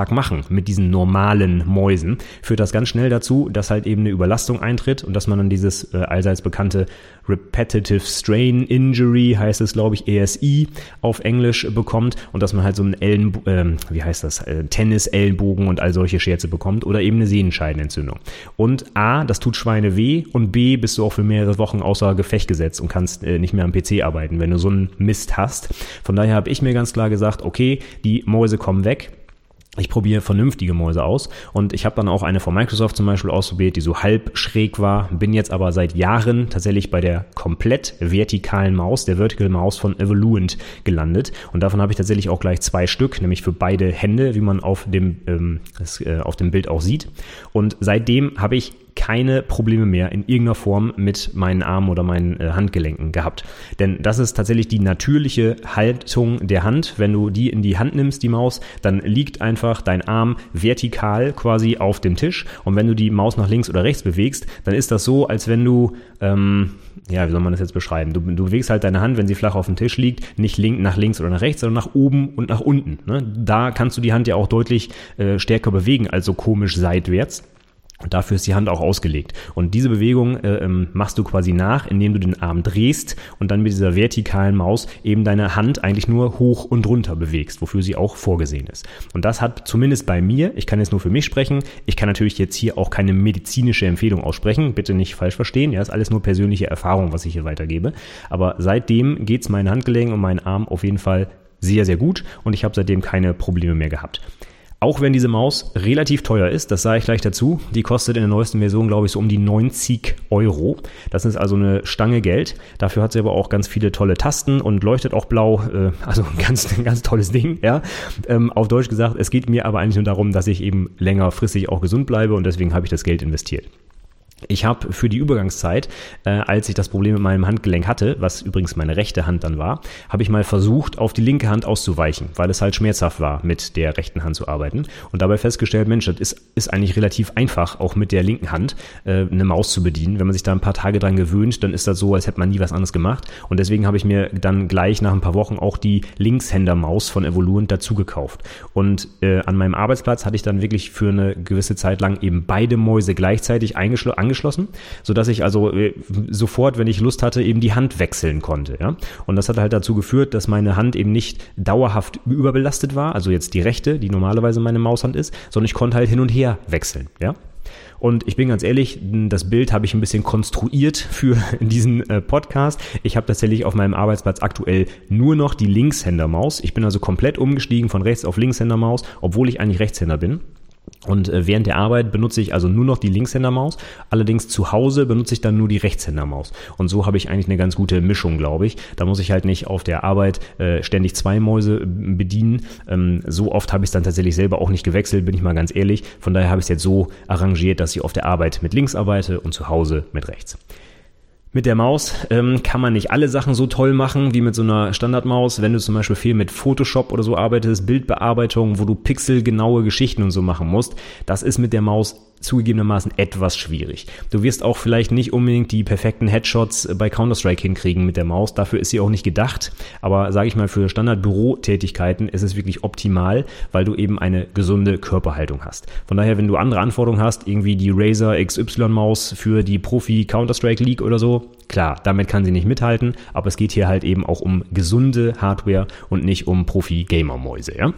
A: Tag machen mit diesen normalen Mäusen, führt das ganz schnell dazu, dass halt eben eine Überlastung eintritt und dass man dann dieses äh, allseits bekannte Repetitive Strain Injury, heißt es glaube ich, E S I auf Englisch bekommt und dass man halt so einen Ellen, äh, wie heißt das, äh, Tennis-Ellenbogen und all solche Scherze bekommt oder eben eine Sehenscheidenentzündung. Und A, das tut Schweine weh und B, bist du auch für mehrere Wochen außer Gefecht gesetzt und kannst äh, nicht mehr am P C arbeiten, wenn du so einen Mist hast. Von daher habe ich mir ganz klar gesagt, okay, die Mäuse kommen weg. Ich probiere vernünftige Mäuse aus und ich habe dann auch eine von Microsoft zum Beispiel ausprobiert, die so halb schräg war, bin jetzt aber seit Jahren tatsächlich bei der komplett vertikalen Maus, der Vertical Maus von Evoluent gelandet und davon habe ich tatsächlich auch gleich zwei Stück, nämlich für beide Hände, wie man auf dem, ähm, das, äh, auf dem Bild auch sieht und seitdem habe ich keine Probleme mehr in irgendeiner Form mit meinen Armen oder meinen äh, Handgelenken gehabt. Denn das ist tatsächlich die natürliche Haltung der Hand. Wenn du die in die Hand nimmst, die Maus, dann liegt einfach dein Arm vertikal quasi auf dem Tisch. Und wenn du die Maus nach links oder rechts bewegst, dann ist das so, als wenn du, ähm, ja, wie soll man das jetzt beschreiben? Du, du bewegst halt deine Hand, wenn sie flach auf dem Tisch liegt, nicht link, nach links oder nach rechts, sondern nach oben und nach unten. Ne? Da kannst du die Hand ja auch deutlich äh, stärker bewegen, als so komisch seitwärts. Und dafür ist die Hand auch ausgelegt. Und diese Bewegung äh, ähm, machst du quasi nach, indem du den Arm drehst und dann mit dieser vertikalen Maus eben deine Hand eigentlich nur hoch und runter bewegst, wofür sie auch vorgesehen ist. Und das hat zumindest bei mir, ich kann jetzt nur für mich sprechen, ich kann natürlich jetzt hier auch keine medizinische Empfehlung aussprechen, bitte nicht falsch verstehen, ja, ist alles nur persönliche Erfahrung, was ich hier weitergebe. Aber seitdem geht's meinen Handgelenken und meinen Arm auf jeden Fall sehr, sehr gut und ich habe seitdem keine Probleme mehr gehabt. Auch wenn diese Maus relativ teuer ist, das sage ich gleich dazu, die kostet in der neuesten Version, glaube ich, so um die neunzig Euro. Das ist also eine Stange Geld. Dafür hat sie aber auch ganz viele tolle Tasten und leuchtet auch blau. Äh, also ein ganz, ein ganz tolles Ding, ja. Ähm, auf Deutsch gesagt, es geht mir aber eigentlich nur darum, dass ich eben längerfristig auch gesund bleibe und deswegen habe ich das Geld investiert. Ich habe für die Übergangszeit, äh, als ich das Problem mit meinem Handgelenk hatte, was übrigens meine rechte Hand dann war, habe ich mal versucht, auf die linke Hand auszuweichen, weil es halt schmerzhaft war, mit der rechten Hand zu arbeiten. Und dabei festgestellt, Mensch, das ist, ist eigentlich relativ einfach, auch mit der linken Hand äh, eine Maus zu bedienen. Wenn man sich da ein paar Tage dran gewöhnt, dann ist das so, als hätte man nie was anderes gemacht. Und deswegen habe ich mir dann gleich nach ein paar Wochen auch die Linkshänder-Maus von Evoluent dazu gekauft. Und äh, an meinem Arbeitsplatz hatte ich dann wirklich für eine gewisse Zeit lang eben beide Mäuse gleichzeitig eingeschlossen. angeschlossen, sodass ich also äh, sofort, wenn ich Lust hatte, eben die Hand wechseln konnte. Ja? Und das hat halt dazu geführt, dass meine Hand eben nicht dauerhaft überbelastet war, also jetzt die rechte, die normalerweise meine Maushand ist, sondern ich konnte halt hin und her wechseln. Ja? Und ich bin ganz ehrlich, das Bild habe ich ein bisschen konstruiert für diesen äh, Podcast. Ich habe tatsächlich auf meinem Arbeitsplatz aktuell nur noch die Linkshändermaus. Ich bin also komplett umgestiegen von Rechts auf Linkshändermaus, obwohl ich eigentlich Rechtshänder bin. Und äh, während der Arbeit benutze ich also nur noch die Linkshändermaus, allerdings zu Hause benutze ich dann nur die Rechtshändermaus. Und so habe ich eigentlich eine ganz gute Mischung, glaube ich. Da muss ich halt nicht auf der Arbeit äh, ständig zwei Mäuse bedienen. Ähm, so oft habe ich es dann tatsächlich selber auch nicht gewechselt, bin ich mal ganz ehrlich. Von daher habe ich es jetzt so arrangiert, dass ich auf der Arbeit mit links arbeite und zu Hause mit rechts. Mit der Maus ähm, kann man nicht alle Sachen so toll machen wie mit so einer Standardmaus. Wenn du zum Beispiel viel mit Photoshop oder so arbeitest, Bildbearbeitung, wo du pixelgenaue Geschichten und so machen musst, das ist mit der Maus zugegebenermaßen etwas schwierig. Du wirst auch vielleicht nicht unbedingt die perfekten Headshots bei Counter-Strike hinkriegen mit der Maus. Dafür ist sie auch nicht gedacht. Aber sage ich mal, für Standard-Bürotätigkeiten ist es wirklich optimal, weil du eben eine gesunde Körperhaltung hast. Von daher, wenn du andere Anforderungen hast, irgendwie die Razer X Y-Maus für die Profi-Counter-Strike League oder so, klar, damit kann sie nicht mithalten. Aber es geht hier halt eben auch um gesunde Hardware und nicht um Profi-Gamer-Mäuse, ja?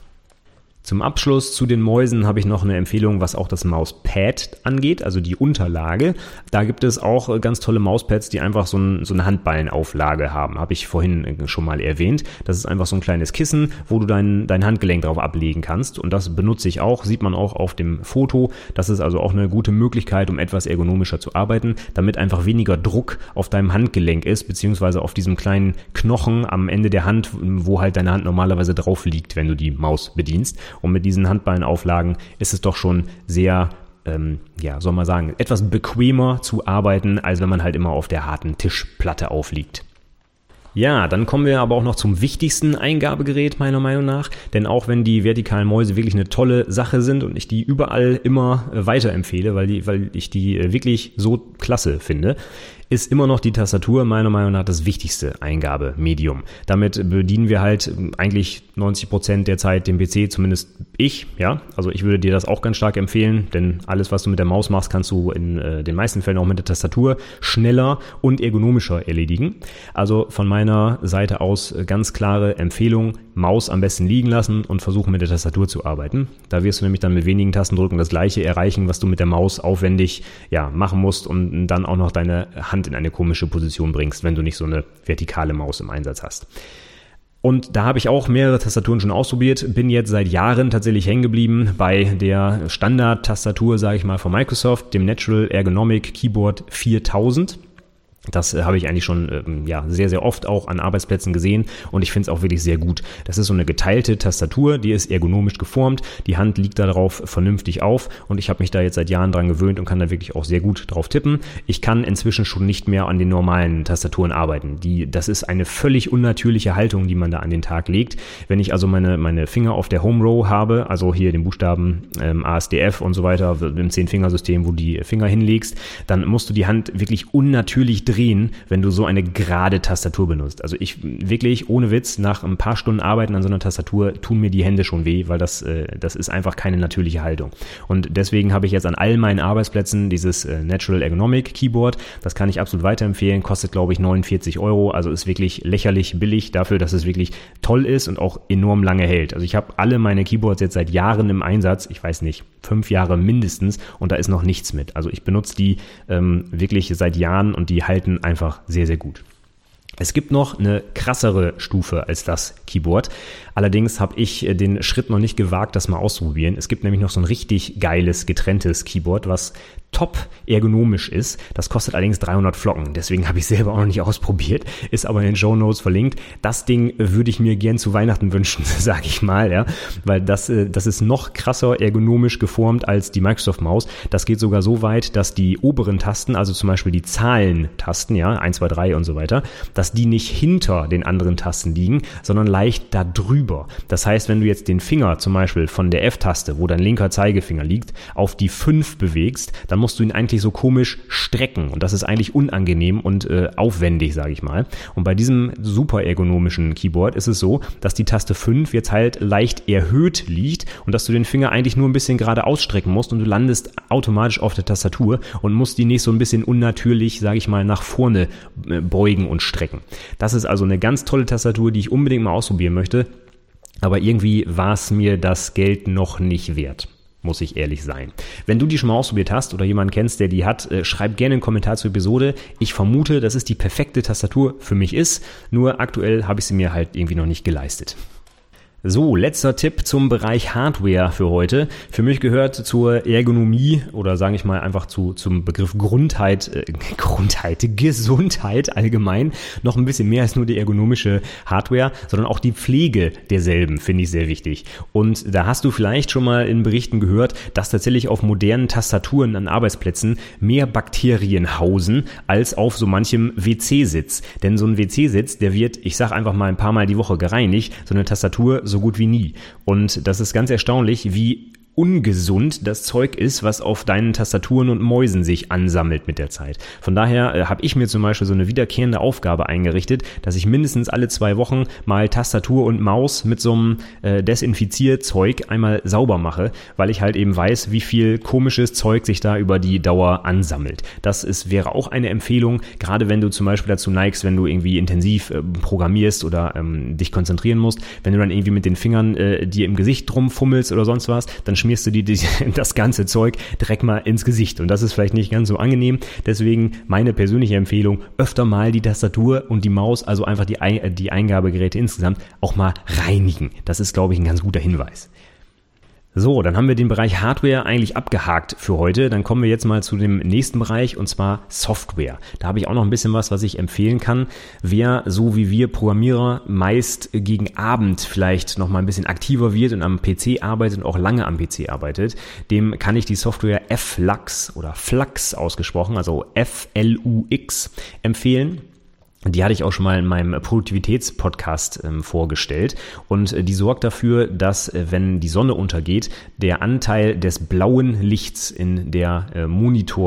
A: Zum Abschluss zu den Mäusen habe ich noch eine Empfehlung, was auch das Mauspad angeht, also die Unterlage. Da gibt es auch ganz tolle Mauspads, die einfach so, ein, so eine Handballenauflage haben, habe ich vorhin schon mal erwähnt. Das ist einfach so ein kleines Kissen, wo du dein, dein Handgelenk drauf ablegen kannst und das benutze ich auch, sieht man auch auf dem Foto. Das ist also auch eine gute Möglichkeit, um etwas ergonomischer zu arbeiten, damit einfach weniger Druck auf deinem Handgelenk ist, beziehungsweise auf diesem kleinen Knochen am Ende der Hand, wo halt deine Hand normalerweise drauf liegt, wenn du die Maus bedienst. Und mit diesen Handballenauflagen ist es doch schon sehr, ähm, ja, soll man sagen, etwas bequemer zu arbeiten, als wenn man halt immer auf der harten Tischplatte aufliegt. Ja, dann kommen wir aber auch noch zum wichtigsten Eingabegerät meiner Meinung nach, denn auch wenn die vertikalen Mäuse wirklich eine tolle Sache sind und ich die überall immer weiterempfehle, weil die, weil ich die wirklich so klasse finde, ist immer noch die Tastatur meiner Meinung nach das wichtigste Eingabemedium. Damit bedienen wir halt eigentlich neunzig Prozent der Zeit den P C, zumindest ich, ja. Also ich würde dir das auch ganz stark empfehlen, denn alles, was du mit der Maus machst, kannst du in äh, den meisten Fällen auch mit der Tastatur schneller und ergonomischer erledigen. Also von meiner Seite aus ganz klare Empfehlung, Maus am besten liegen lassen und versuchen mit der Tastatur zu arbeiten. Da wirst du nämlich dann mit wenigen Tastendrücken das Gleiche erreichen, was du mit der Maus aufwendig ja, machen musst und dann auch noch deine Hand in eine komische Position bringst, wenn du nicht so eine vertikale Maus im Einsatz hast. Und da habe ich auch mehrere Tastaturen schon ausprobiert, bin jetzt seit Jahren tatsächlich hängen geblieben bei der Standard-Tastatur, sage ich mal, von Microsoft, dem Natural Ergonomic Keyboard viertausend. Das äh, habe ich eigentlich schon ähm, ja sehr, sehr oft auch an Arbeitsplätzen gesehen und ich finde es auch wirklich sehr gut. Das ist so eine geteilte Tastatur, die ist ergonomisch geformt, die Hand liegt da drauf vernünftig auf und ich habe mich da jetzt seit Jahren dran gewöhnt und kann da wirklich auch sehr gut drauf tippen. Ich kann inzwischen schon nicht mehr an den normalen Tastaturen arbeiten. Die, das ist eine völlig unnatürliche Haltung, die man da an den Tag legt. Wenn ich also meine, meine Finger auf der Home Row habe, also hier den Buchstaben ähm, A S D F und so weiter, im zehn-Fingersystem, wo du die Finger hinlegst, dann musst du die Hand wirklich unnatürlich drehen, wenn du so eine gerade Tastatur benutzt. Also ich wirklich, ohne Witz, nach ein paar Stunden Arbeiten an so einer Tastatur tun mir die Hände schon weh, weil das, äh, das ist einfach keine natürliche Haltung. Und deswegen habe ich jetzt an all meinen Arbeitsplätzen dieses äh, Natural Ergonomic Keyboard. Das kann ich absolut weiterempfehlen. Kostet, glaube ich, neunundvierzig Euro. Also ist wirklich lächerlich billig dafür, dass es wirklich toll ist und auch enorm lange hält. Also ich habe alle meine Keyboards jetzt seit Jahren im Einsatz. Ich weiß nicht, fünf Jahre mindestens und da ist noch nichts mit. Also ich benutze die ähm, wirklich seit Jahren und die halten einfach sehr, sehr gut. Es gibt noch eine krassere Stufe als das Keyboard. Allerdings habe ich den Schritt noch nicht gewagt, das mal auszuprobieren. Es gibt nämlich noch so ein richtig geiles, getrenntes Keyboard, was top ergonomisch ist. Das kostet allerdings dreihundert Flocken. Deswegen habe ich selber auch noch nicht ausprobiert. Ist aber in den Shownotes verlinkt. Das Ding würde ich mir gern zu Weihnachten wünschen, sage ich mal, ja, weil das, das ist noch krasser ergonomisch geformt als die Microsoft-Maus. Das geht sogar so weit, dass die oberen Tasten, also zum Beispiel die Zahlentasten, ja, eins, zwei, drei und so weiter, dass die nicht hinter den anderen Tasten liegen, sondern leicht da drüber. Das heißt, wenn du jetzt den Finger zum Beispiel von der F-Taste, wo dein linker Zeigefinger liegt, auf die fünf bewegst, dann musst du ihn eigentlich so komisch strecken und das ist eigentlich unangenehm und äh, aufwendig, sage ich mal. Und bei diesem super ergonomischen Keyboard ist es so, dass die Taste fünf jetzt halt leicht erhöht liegt und dass du den Finger eigentlich nur ein bisschen gerade ausstrecken musst und du landest automatisch auf der Tastatur und musst die nicht so ein bisschen unnatürlich, sage ich mal, nach vorne äh, beugen und strecken. Das ist also eine ganz tolle Tastatur, die ich unbedingt mal ausprobieren möchte, aber irgendwie war es mir das Geld noch nicht wert. Muss ich ehrlich sein. Wenn du die schon mal ausprobiert hast oder jemanden kennst, der die hat, äh, schreib gerne einen Kommentar zur Episode. Ich vermute, dass es die perfekte Tastatur für mich ist, nur aktuell habe ich sie mir halt irgendwie noch nicht geleistet. So, letzter Tipp zum Bereich Hardware für heute. Für mich gehört zur Ergonomie oder sage ich mal einfach zu zum Begriff Grundheit, äh, Grundheit, Gesundheit allgemein noch ein bisschen mehr als nur die ergonomische Hardware, sondern auch die Pflege derselben finde ich sehr wichtig. Und da hast du vielleicht schon mal in Berichten gehört, dass tatsächlich auf modernen Tastaturen an Arbeitsplätzen mehr Bakterien hausen als auf so manchem W C-Sitz. Denn so ein W C-Sitz, der wird, ich sag einfach mal ein paar Mal die Woche gereinigt, so eine Tastatur so gut wie nie. Und das ist ganz erstaunlich, wie ungesund das Zeug ist, was auf deinen Tastaturen und Mäusen sich ansammelt mit der Zeit. Von daher äh, habe ich mir zum Beispiel so eine wiederkehrende Aufgabe eingerichtet, dass ich mindestens alle zwei Wochen mal Tastatur und Maus mit so einem äh, Desinfizierzeug einmal sauber mache, weil ich halt eben weiß, wie viel komisches Zeug sich da über die Dauer ansammelt. Das ist, wäre auch eine Empfehlung, gerade wenn du zum Beispiel dazu neigst, wenn du irgendwie intensiv äh, programmierst oder ähm, dich konzentrieren musst, wenn du dann irgendwie mit den Fingern äh, dir im Gesicht drum fummelst oder sonst was, dann schmierst du dir das ganze Zeug direkt mal ins Gesicht. Und das ist vielleicht nicht ganz so angenehm. Deswegen meine persönliche Empfehlung, öfter mal die Tastatur und die Maus, also einfach die, die Eingabegeräte insgesamt, auch mal reinigen. Das ist, glaube ich, ein ganz guter Hinweis. So, dann haben wir den Bereich Hardware eigentlich abgehakt für heute. Dann kommen wir jetzt mal zu dem nächsten Bereich und zwar Software. Da habe ich auch noch ein bisschen was, was ich empfehlen kann. Wer so wie wir Programmierer meist gegen Abend vielleicht noch mal ein bisschen aktiver wird und am P C arbeitet und auch lange am P C arbeitet, dem kann ich die Software Flux oder Flux ausgesprochen, also F L U X empfehlen. Die hatte ich auch schon mal in meinem Produktivitätspodcast ähm, vorgestellt und äh, die sorgt dafür, dass äh, wenn die Sonne untergeht, der Anteil des blauen Lichts in der äh, Monitor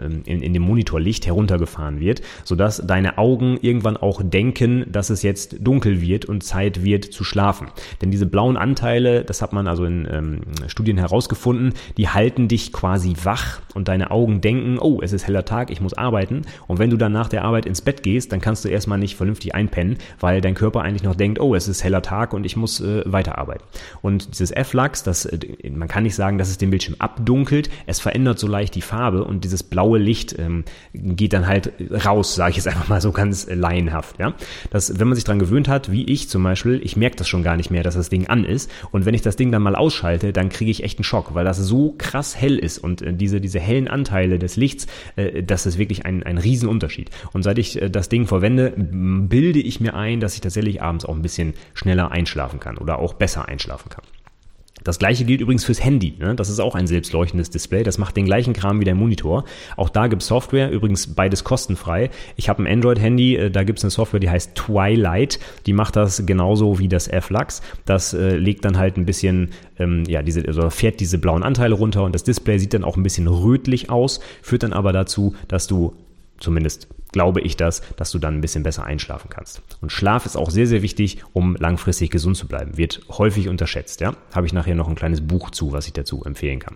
A: in, in dem Monitorlicht heruntergefahren wird, sodass deine Augen irgendwann auch denken, dass es jetzt dunkel wird und Zeit wird zu schlafen. Denn diese blauen Anteile, das hat man also in ähm, Studien herausgefunden, die halten dich quasi wach und deine Augen denken, oh, es ist heller Tag, ich muss arbeiten. Und wenn du dann nach der Arbeit ins Bett gehst, dann kannst du erstmal nicht vernünftig einpennen, weil dein Körper eigentlich noch denkt, oh, es ist heller Tag und ich muss äh, weiterarbeiten. Und dieses F-Lux, das, äh, man kann nicht sagen, dass es den Bildschirm abdunkelt, es verändert so leicht die Farbe und dieses blaue Licht ähm, geht dann halt raus, sage ich jetzt einfach mal so ganz äh, laienhaft. Ja? Das, wenn man sich dran gewöhnt hat, wie ich zum Beispiel, ich merke das schon gar nicht mehr, dass das Ding an ist, und wenn ich das Ding dann mal ausschalte, dann kriege ich echt einen Schock, weil das so krass hell ist und äh, diese, diese hellen Anteile des Lichts, äh, das ist wirklich ein, ein Riesenunterschied. Und seit ich äh, das Ding verwende, bilde ich mir ein, dass ich tatsächlich abends auch ein bisschen schneller einschlafen kann oder auch besser einschlafen kann. Das gleiche gilt übrigens fürs Handy. Ne? Das ist auch ein selbstleuchtendes Display. Das macht den gleichen Kram wie der Monitor. Auch da gibt's Software, übrigens beides kostenfrei. Ich habe ein Android-Handy, da gibt's eine Software, die heißt Twilight. Die macht das genauso wie das F-Lux. Das äh, legt dann halt ein bisschen, ähm, ja, diese, also fährt diese blauen Anteile runter und das Display sieht dann auch ein bisschen rötlich aus, führt dann aber dazu, dass du, zumindest glaube ich das, dass du dann ein bisschen besser einschlafen kannst. Und Schlaf ist auch sehr, sehr wichtig, um langfristig gesund zu bleiben. Wird häufig unterschätzt. Ja? Habe ich nachher noch ein kleines Buch zu, was ich dazu empfehlen kann.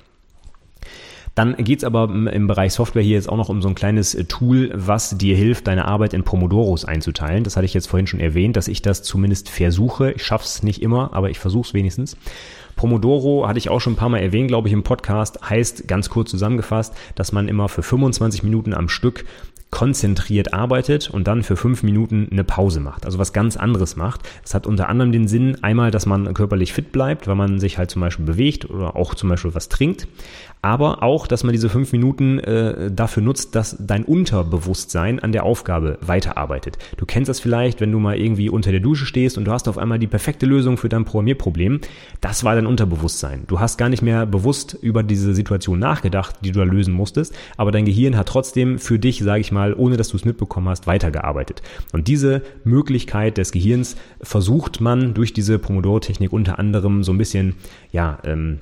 A: Dann geht's aber im Bereich Software hier jetzt auch noch um so ein kleines Tool, was dir hilft, deine Arbeit in Pomodoros einzuteilen. Das hatte ich jetzt vorhin schon erwähnt, dass ich das zumindest versuche. Ich schaff's nicht immer, aber ich versuche es wenigstens. Pomodoro, hatte ich auch schon ein paar Mal erwähnt, glaube ich, im Podcast, heißt ganz kurz zusammengefasst, dass man immer für fünfundzwanzig Minuten am Stück konzentriert arbeitet und dann für fünf Minuten eine Pause macht, also was ganz anderes macht. Das hat unter anderem den Sinn, einmal, dass man körperlich fit bleibt, weil man sich halt zum Beispiel bewegt oder auch zum Beispiel was trinkt, aber auch, dass man diese fünf Minuten äh, dafür nutzt, dass dein Unterbewusstsein an der Aufgabe weiterarbeitet. Du kennst das vielleicht, wenn du mal irgendwie unter der Dusche stehst und du hast auf einmal die perfekte Lösung für dein Programmierproblem. Das war dein Unterbewusstsein. Du hast gar nicht mehr bewusst über diese Situation nachgedacht, die du da lösen musstest, aber dein Gehirn hat trotzdem für dich, sage ich mal, ohne dass du es mitbekommen hast, weitergearbeitet. Und diese Möglichkeit des Gehirns versucht man durch diese Pomodoro-Technik unter anderem so ein bisschen, ja, ähm,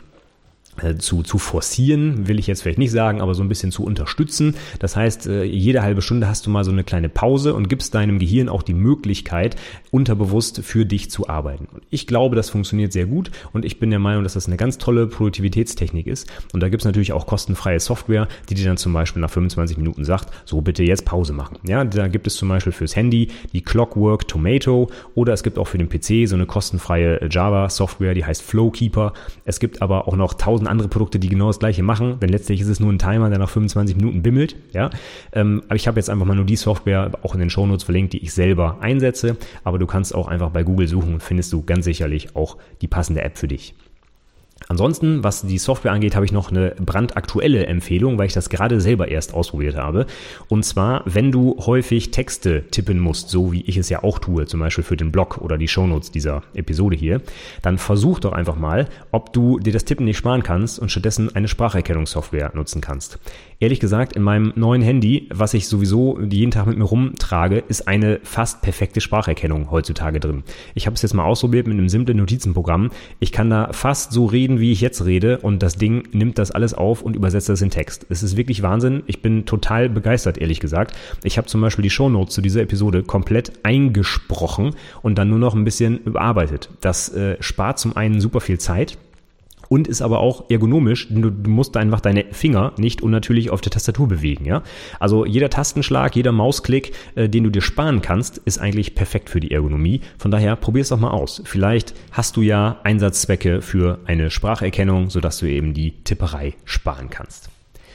A: Zu, zu forcieren, will ich jetzt vielleicht nicht sagen, aber so ein bisschen zu unterstützen. Das heißt, jede halbe Stunde hast du mal so eine kleine Pause und gibst deinem Gehirn auch die Möglichkeit, unterbewusst für dich zu arbeiten. Und ich glaube, das funktioniert sehr gut und ich bin der Meinung, dass das eine ganz tolle Produktivitätstechnik ist. Und da gibt's natürlich auch kostenfreie Software, die dir dann zum Beispiel nach fünfundzwanzig Minuten sagt, so bitte jetzt Pause machen. Ja, da gibt es zum Beispiel fürs Handy die Clockwork Tomato oder es gibt auch für den P C so eine kostenfreie Java-Software, die heißt Flowkeeper. Es gibt aber auch noch tausend andere Produkte, die genau das Gleiche machen, denn letztlich ist es nur ein Timer, der nach fünfundzwanzig Minuten bimmelt. Ja? Ähm, aber ich habe jetzt einfach mal nur die Software auch in den Shownotes verlinkt, die ich selber einsetze, aber du kannst auch einfach bei Google suchen und findest du ganz sicherlich auch die passende App für dich. Ansonsten, was die Software angeht, habe ich noch eine brandaktuelle Empfehlung, weil ich das gerade selber erst ausprobiert habe. Und zwar, wenn du häufig Texte tippen musst, so wie ich es ja auch tue, zum Beispiel für den Blog oder die Shownotes dieser Episode hier, dann versuch doch einfach mal, ob du dir das Tippen nicht sparen kannst und stattdessen eine Spracherkennungssoftware nutzen kannst. Ehrlich gesagt, in meinem neuen Handy, was ich sowieso jeden Tag mit mir rumtrage, ist eine fast perfekte Spracherkennung heutzutage drin. Ich habe es jetzt mal ausprobiert mit einem simplen Notizenprogramm. Ich kann da fast so reden, wie ich jetzt rede und das Ding nimmt das alles auf und übersetzt das in Text. Es ist wirklich Wahnsinn. Ich bin total begeistert, ehrlich gesagt. Ich habe zum Beispiel die Shownotes zu dieser Episode komplett eingesprochen und dann nur noch ein bisschen überarbeitet. Das äh, spart zum einen super viel Zeit. Und ist aber auch ergonomisch, denn du, du musst einfach deine Finger nicht unnatürlich auf der Tastatur bewegen. Ja? Also jeder Tastenschlag, jeder Mausklick, äh, den du dir sparen kannst, ist eigentlich perfekt für die Ergonomie. Von daher probier es doch mal aus. Vielleicht hast du ja Einsatzzwecke für eine Spracherkennung, sodass du eben die Tipperei sparen kannst.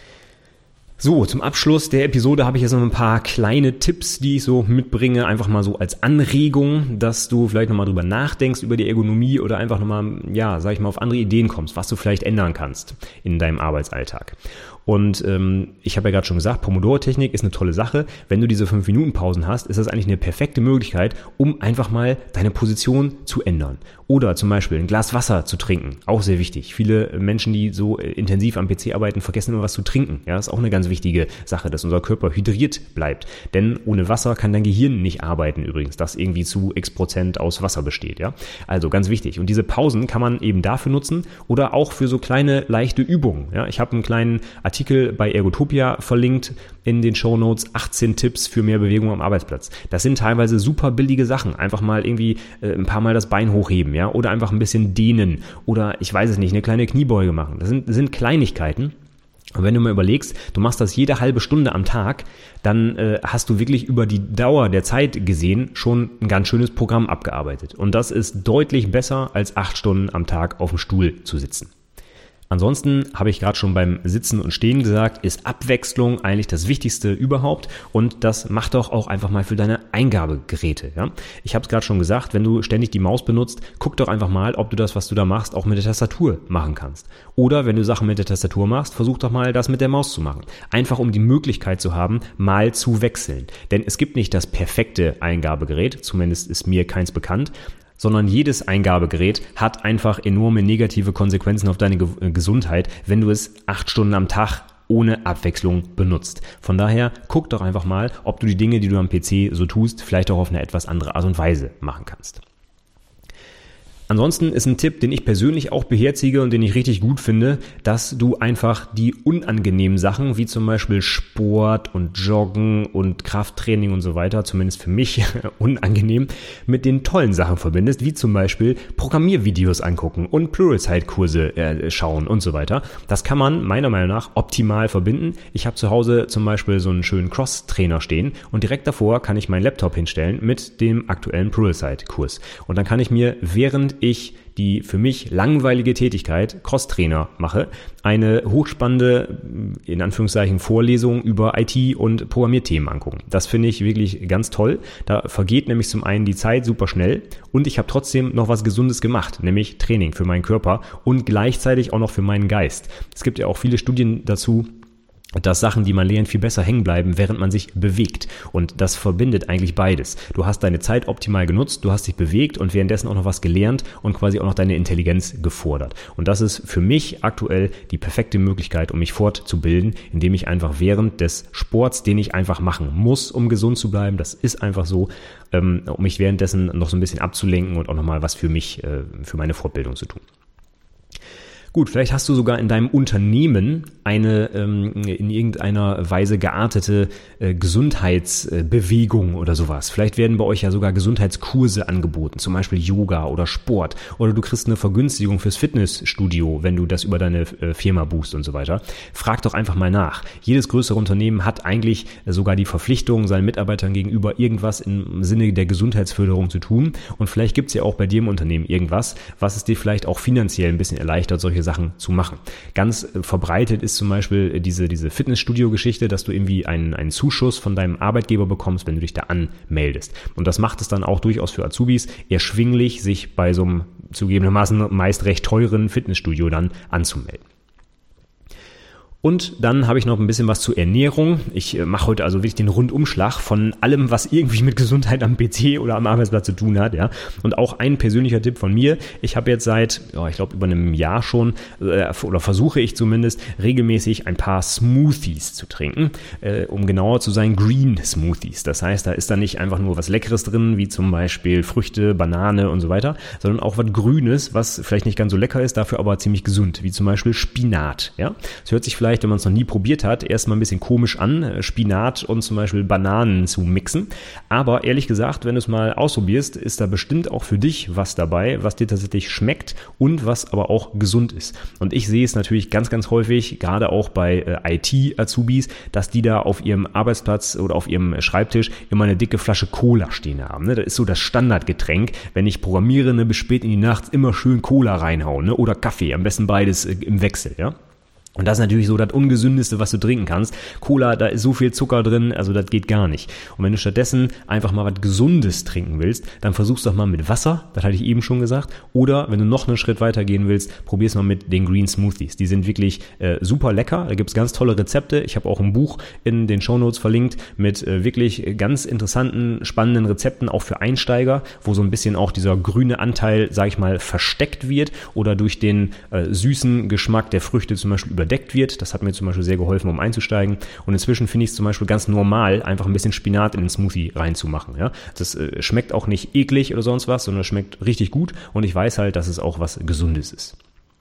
A: So, zum Abschluss der Episode habe ich jetzt noch ein paar kleine Tipps, die ich so mitbringe, einfach mal so als Anregung, dass du vielleicht nochmal drüber nachdenkst über die Ergonomie oder einfach nochmal, ja, sag ich mal, auf andere Ideen kommst, was du vielleicht ändern kannst in deinem Arbeitsalltag. Und ähm, ich habe ja gerade schon gesagt, Pomodoro-Technik ist eine tolle Sache. Wenn du diese fünf Minuten Pausen hast, ist das eigentlich eine perfekte Möglichkeit, um einfach mal deine Position zu ändern. Oder zum Beispiel ein Glas Wasser zu trinken, auch sehr wichtig. Viele Menschen, die so intensiv am P C arbeiten, vergessen immer was zu trinken. Ja, das ist auch eine ganz ganz wichtige Sache, dass unser Körper hydriert bleibt. Denn ohne Wasser kann dein Gehirn nicht arbeiten übrigens, das irgendwie zu x Prozent aus Wasser besteht. Ja? Also ganz wichtig. Und diese Pausen kann man eben dafür nutzen oder auch für so kleine, leichte Übungen. Ja? Ich habe einen kleinen Artikel bei Ergotopia verlinkt in den Shownotes, achtzehn Tipps für mehr Bewegung am Arbeitsplatz. Das sind teilweise super billige Sachen. Einfach mal irgendwie äh, ein paar Mal das Bein hochheben, ja, oder einfach ein bisschen dehnen oder ich weiß es nicht, eine kleine Kniebeuge machen. Das sind, das sind Kleinigkeiten. Und wenn du mal überlegst, du machst das jede halbe Stunde am Tag, dann äh, hast du wirklich über die Dauer der Zeit gesehen schon ein ganz schönes Programm abgearbeitet. Und das ist deutlich besser, als acht Stunden am Tag auf dem Stuhl zu sitzen. Ansonsten habe ich gerade schon beim Sitzen und Stehen gesagt, ist Abwechslung eigentlich das Wichtigste überhaupt und das macht doch auch einfach mal für deine Eingabegeräte. Ja? Ich habe es gerade schon gesagt, wenn du ständig die Maus benutzt, guck doch einfach mal, ob du das, was du da machst, auch mit der Tastatur machen kannst. Oder wenn du Sachen mit der Tastatur machst, versuch doch mal, das mit der Maus zu machen. Einfach um die Möglichkeit zu haben, mal zu wechseln. Denn es gibt nicht das perfekte Eingabegerät, zumindest ist mir keins bekannt, sondern jedes Eingabegerät hat einfach enorme negative Konsequenzen auf deine Ge- Gesundheit, wenn du es acht Stunden am Tag ohne Abwechslung benutzt. Von daher guck doch einfach mal, ob du die Dinge, die du am P C so tust, vielleicht auch auf eine etwas andere Art und Weise machen kannst. Ansonsten ist ein Tipp, den ich persönlich auch beherzige und den ich richtig gut finde, dass du einfach die unangenehmen Sachen, wie zum Beispiel Sport und Joggen und Krafttraining und so weiter, zumindest für mich unangenehm, mit den tollen Sachen verbindest, wie zum Beispiel Programmiervideos angucken und Pluralsight-Kurse äh, schauen und so weiter. Das kann man meiner Meinung nach optimal verbinden. Ich habe zu Hause zum Beispiel so einen schönen Cross-Trainer stehen und direkt davor kann ich meinen Laptop hinstellen mit dem aktuellen Pluralsight-Kurs. Und dann kann ich mir, während ich die für mich langweilige Tätigkeit Crosstrainer mache, eine hochspannende, in Anführungszeichen, Vorlesung über I T und Programmierthemen angucken. Das finde ich wirklich ganz toll. Da vergeht nämlich zum einen die Zeit super schnell und ich habe trotzdem noch was Gesundes gemacht, nämlich Training für meinen Körper und gleichzeitig auch noch für meinen Geist. Es gibt ja auch viele Studien dazu, dass Sachen, die man lernt, viel besser hängen bleiben, während man sich bewegt. Und das verbindet eigentlich beides. Du hast deine Zeit optimal genutzt, du hast dich bewegt und währenddessen auch noch was gelernt und quasi auch noch deine Intelligenz gefordert. Und das ist für mich aktuell die perfekte Möglichkeit, um mich fortzubilden, indem ich einfach während des Sports, den ich einfach machen muss, um gesund zu bleiben, das ist einfach so, um mich währenddessen noch so ein bisschen abzulenken und auch nochmal was für mich, für meine Fortbildung zu tun. Gut, vielleicht hast du sogar in deinem Unternehmen eine ähm, in irgendeiner Weise geartete äh, Gesundheitsbewegung oder sowas. Vielleicht werden bei euch ja sogar Gesundheitskurse angeboten, zum Beispiel Yoga oder Sport. Oder du kriegst eine Vergünstigung fürs Fitnessstudio, wenn du das über deine äh, Firma buchst und so weiter. Frag doch einfach mal nach. Jedes größere Unternehmen hat eigentlich äh, sogar die Verpflichtung, seinen Mitarbeitern gegenüber irgendwas im Sinne der Gesundheitsförderung zu tun. Und vielleicht gibt's ja auch bei dir im Unternehmen irgendwas, was es dir vielleicht auch finanziell ein bisschen erleichtert, solche Sachen zu machen. Ganz äh, verbreitet ist zum Beispiel diese, diese Fitnessstudio-Geschichte, dass du irgendwie einen, einen Zuschuss von deinem Arbeitgeber bekommst, wenn du dich da anmeldest. Und das macht es dann auch durchaus für Azubis erschwinglich, sich bei so einem zugegebenermaßen meist recht teuren Fitnessstudio dann anzumelden. Und dann habe ich noch ein bisschen was zur Ernährung. Ich mache heute also wirklich den Rundumschlag von allem, was irgendwie mit Gesundheit am P C oder am Arbeitsplatz zu tun hat. Ja. Und auch ein persönlicher Tipp von mir. Ich habe jetzt seit, ja, ich glaube über einem Jahr schon, äh, oder versuche ich zumindest, regelmäßig ein paar Smoothies zu trinken. Äh, um genauer zu sein, Green Smoothies. Das heißt, da ist da nicht einfach nur was Leckeres drin, wie zum Beispiel Früchte, Banane und so weiter, sondern auch was Grünes, was vielleicht nicht ganz so lecker ist, dafür aber ziemlich gesund, wie zum Beispiel Spinat. Ja. Das hört sich vielleicht, wenn man es noch nie probiert hat, erstmal ein bisschen komisch an, Spinat und zum Beispiel Bananen zu mixen. Aber ehrlich gesagt, wenn du es mal ausprobierst, ist da bestimmt auch für dich was dabei, was dir tatsächlich schmeckt und was aber auch gesund ist. Und ich sehe es natürlich ganz, ganz häufig, gerade auch bei äh, I T-Azubis, dass die da auf ihrem Arbeitsplatz oder auf ihrem Schreibtisch immer eine dicke Flasche Cola stehen haben. Ne? Das ist so das Standardgetränk. Wenn ich programmiere, ne, bis spät in die Nacht immer schön Cola reinhauen, ne? Oder Kaffee, am besten beides äh, im Wechsel, ja. Und das ist natürlich so das Ungesündeste, was du trinken kannst. Cola, da ist so viel Zucker drin, also das geht gar nicht. Und wenn du stattdessen einfach mal was Gesundes trinken willst, dann versuch's doch mal mit Wasser, das hatte ich eben schon gesagt. Oder wenn du noch einen Schritt weiter gehen willst, probier's mal mit den Green Smoothies. Die sind wirklich äh, super lecker, da gibt's ganz tolle Rezepte. Ich habe auch ein Buch in den Shownotes verlinkt mit äh, wirklich ganz interessanten, spannenden Rezepten, auch für Einsteiger, wo so ein bisschen auch dieser grüne Anteil, sag ich mal, versteckt wird oder durch den äh, süßen Geschmack der Früchte zum Beispiel über überdeckt wird. Das hat mir zum Beispiel sehr geholfen, um einzusteigen. Und inzwischen finde ich es zum Beispiel ganz normal, einfach ein bisschen Spinat in den Smoothie reinzumachen. Ja? Das äh, schmeckt auch nicht eklig oder sonst was, sondern schmeckt richtig gut. Und ich weiß halt, dass es auch was Gesundes ist.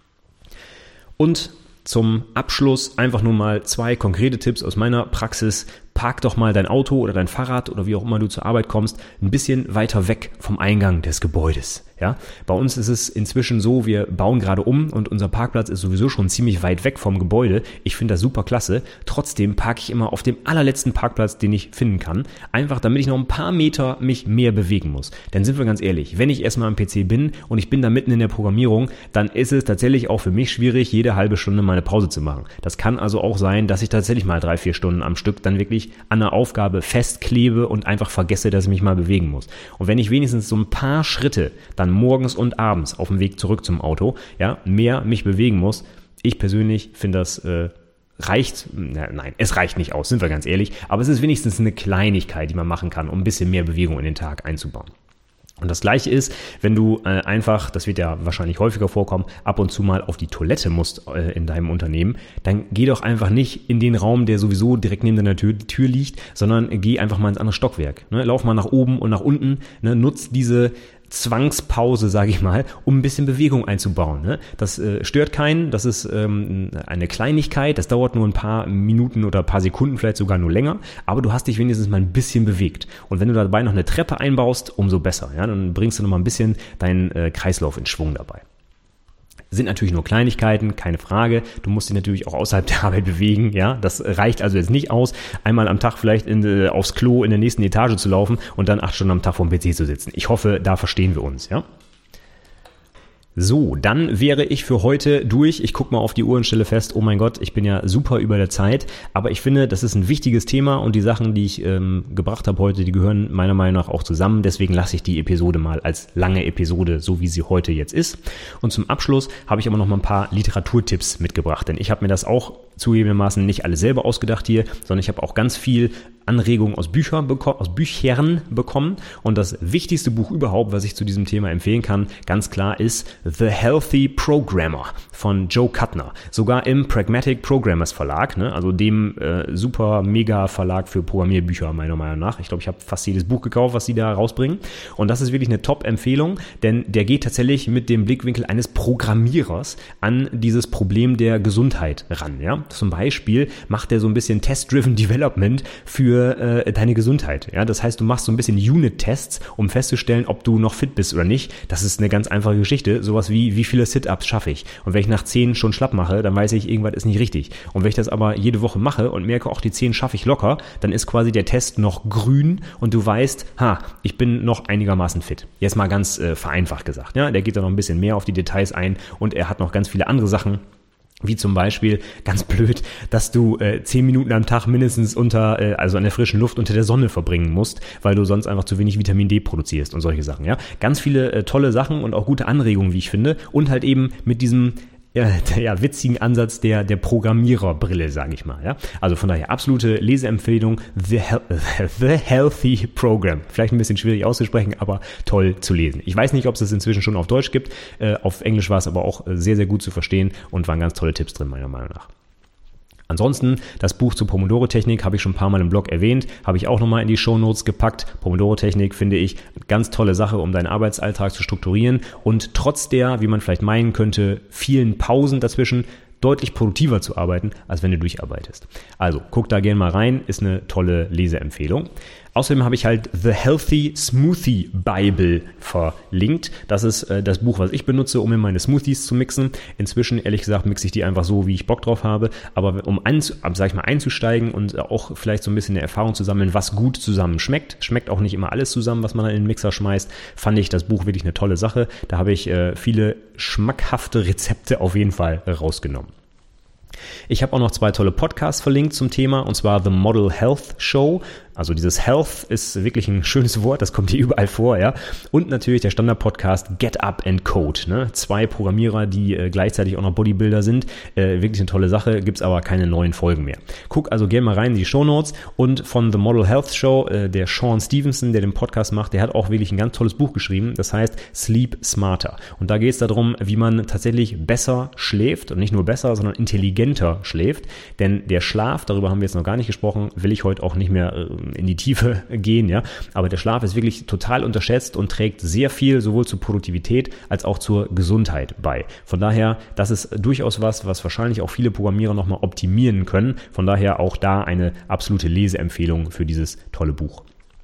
A: Und zum Abschluss einfach nur mal zwei konkrete Tipps aus meiner Praxis. Park doch mal dein Auto oder dein Fahrrad oder wie auch immer du zur Arbeit kommst, ein bisschen weiter weg vom Eingang des Gebäudes. Ja, bei uns ist es inzwischen so, wir bauen gerade um und unser Parkplatz ist sowieso schon ziemlich weit weg vom Gebäude. Ich finde das super klasse. Trotzdem parke ich immer auf dem allerletzten Parkplatz, den ich finden kann. Einfach, damit ich noch ein paar Meter mich mehr bewegen muss. Denn sind wir ganz ehrlich, wenn ich erstmal am P C bin und ich bin da mitten in der Programmierung, dann ist es tatsächlich auch für mich schwierig, jede halbe Stunde mal eine Pause zu machen. Das kann also auch sein, dass ich tatsächlich mal drei, vier Stunden am Stück dann wirklich an einer Aufgabe festklebe und einfach vergesse, dass ich mich mal bewegen muss. Und wenn ich wenigstens so ein paar Schritte dann morgens und abends auf dem Weg zurück zum Auto, ja, mehr mich bewegen muss, ich persönlich finde das äh, reicht, na, nein, es reicht nicht aus, sind wir ganz ehrlich, aber es ist wenigstens eine Kleinigkeit, die man machen kann, um ein bisschen mehr Bewegung in den Tag einzubauen. Und das Gleiche ist, wenn du äh, einfach, das wird ja wahrscheinlich häufiger vorkommen, ab und zu mal auf die Toilette musst äh, in deinem Unternehmen, dann geh doch einfach nicht in den Raum, der sowieso direkt neben deiner Tür, Tür liegt, sondern geh einfach mal ins andere Stockwerk. Ne? Lauf mal nach oben und nach unten, ne? Nutz diese Zwangspause, sage ich mal, um ein bisschen Bewegung einzubauen. Ne? Das äh, stört keinen, das ist ähm, eine Kleinigkeit, das dauert nur ein paar Minuten oder ein paar Sekunden, vielleicht sogar nur länger, aber du hast dich wenigstens mal ein bisschen bewegt. Und wenn du dabei noch eine Treppe einbaust, umso besser. Ja? Dann bringst du noch mal ein bisschen deinen äh, Kreislauf in Schwung dabei. Sind natürlich nur Kleinigkeiten, keine Frage. Du musst dich natürlich auch außerhalb der Arbeit bewegen. Ja, das reicht also jetzt nicht aus, einmal am Tag vielleicht in, äh, aufs Klo in der nächsten Etage zu laufen und dann acht Stunden am Tag vor dem P C zu sitzen. Ich hoffe, da verstehen wir uns, ja. So, dann wäre ich für heute durch. Ich gucke mal auf die Uhr und stelle fest, oh mein Gott, ich bin ja super über der Zeit. Aber ich finde, das ist ein wichtiges Thema und die Sachen, die ich ähm, gebracht habe heute, die gehören meiner Meinung nach auch zusammen. Deswegen lasse ich die Episode mal als lange Episode, so wie sie heute jetzt ist. Und zum Abschluss habe ich aber noch mal ein paar Literaturtipps mitgebracht. Denn ich habe mir das auch zugegebenermaßen nicht alles selber ausgedacht hier, sondern ich habe auch ganz viel Anregungen aus, Bücher beko- aus Büchern bekommen. Und das wichtigste Buch überhaupt, was ich zu diesem Thema empfehlen kann, ganz klar ist The Healthy Programmer von Joe Kuttner. Sogar im Pragmatic Programmers Verlag, ne? Also dem äh, super mega Verlag für Programmierbücher meiner Meinung nach. Ich glaube, ich habe fast jedes Buch gekauft, was sie da rausbringen. Und das ist wirklich eine Top-Empfehlung, denn der geht tatsächlich mit dem Blickwinkel eines Programmierers an dieses Problem der Gesundheit ran. Ja? Zum Beispiel macht er so ein bisschen Test-Driven Development für äh, deine Gesundheit. Ja? Das heißt, du machst so ein bisschen Unit-Tests, um festzustellen, ob du noch fit bist oder nicht. Das ist eine ganz einfache Geschichte. Sowas wie, wie viele Sit-Ups schaffe ich? Und wenn ich nach zehn schon schlapp mache, dann weiß ich, irgendwas ist nicht richtig. Und wenn ich das aber jede Woche mache und merke, auch die zehn schaffe ich locker, dann ist quasi der Test noch grün und du weißt, ha, ich bin noch einigermaßen fit. Jetzt mal ganz äh, vereinfacht gesagt. Ja? Der geht da noch ein bisschen mehr auf die Details ein und er hat noch ganz viele andere Sachen, wie zum Beispiel, ganz blöd, dass du äh, zehn Minuten am Tag mindestens unter, äh, also an der frischen Luft unter der Sonne verbringen musst, weil du sonst einfach zu wenig Vitamin D produzierst und solche Sachen, ja. Ganz viele äh, tolle Sachen und auch gute Anregungen, wie ich finde. Und halt eben mit diesem ja, ja, witzigen Ansatz der, der Programmiererbrille, sage ich mal, ja. Also von daher absolute Leseempfehlung, The, Hel- The Healthy Program. Vielleicht ein bisschen schwierig auszusprechen, aber toll zu lesen. Ich weiß nicht, ob es das inzwischen schon auf Deutsch gibt. Äh, auf Englisch war es aber auch sehr, sehr gut zu verstehen und waren ganz tolle Tipps drin, meiner Meinung nach. Ansonsten, das Buch zur Pomodoro-Technik habe ich schon ein paar Mal im Blog erwähnt, habe ich auch nochmal in die Shownotes gepackt. Pomodoro-Technik finde ich eine ganz tolle Sache, um deinen Arbeitsalltag zu strukturieren und trotz der, wie man vielleicht meinen könnte, vielen Pausen dazwischen deutlich produktiver zu arbeiten, als wenn du durcharbeitest. Also, guck da gerne mal rein, ist eine tolle Leseempfehlung. Außerdem habe ich halt The Healthy Smoothie Bible verlinkt. Das ist äh, das Buch, was ich benutze, um in meine Smoothies zu mixen. Inzwischen, ehrlich gesagt, mixe ich die einfach so, wie ich Bock drauf habe. Aber um einzu- sag ich mal, einzusteigen und auch vielleicht so ein bisschen eine Erfahrung zu sammeln, was gut zusammen schmeckt, schmeckt auch nicht immer alles zusammen, was man dann in den Mixer schmeißt, fand ich das Buch wirklich eine tolle Sache. Da habe ich äh, viele schmackhafte Rezepte auf jeden Fall rausgenommen. Ich habe auch noch zwei tolle Podcasts verlinkt zum Thema, und zwar The Model Health Show. Also dieses Health ist wirklich ein schönes Wort, das kommt hier überall vor, ja. Und natürlich der Standard-Podcast Get Up and Code, ne? Zwei Programmierer, die äh, gleichzeitig auch noch Bodybuilder sind. Äh, wirklich eine tolle Sache, gibt's aber keine neuen Folgen mehr. Guck also gerne mal rein in die Shownotes. Und von The Model Health Show, äh, der Sean Stevenson, der den Podcast macht, der hat auch wirklich ein ganz tolles Buch geschrieben. Das heißt Sleep Smarter. Und da geht's darum, wie man tatsächlich besser schläft und nicht nur besser, sondern intelligenter schläft. Denn der Schlaf, darüber haben wir jetzt noch gar nicht gesprochen, will ich heute auch nicht mehr äh, in die Tiefe gehen, ja. Aber der Schlaf ist wirklich total unterschätzt und trägt sehr viel sowohl zur Produktivität als auch zur Gesundheit bei. Von daher, das ist durchaus was, was wahrscheinlich auch viele Programmierer nochmal optimieren können. Von daher auch da eine absolute Leseempfehlung für dieses tolle Buch.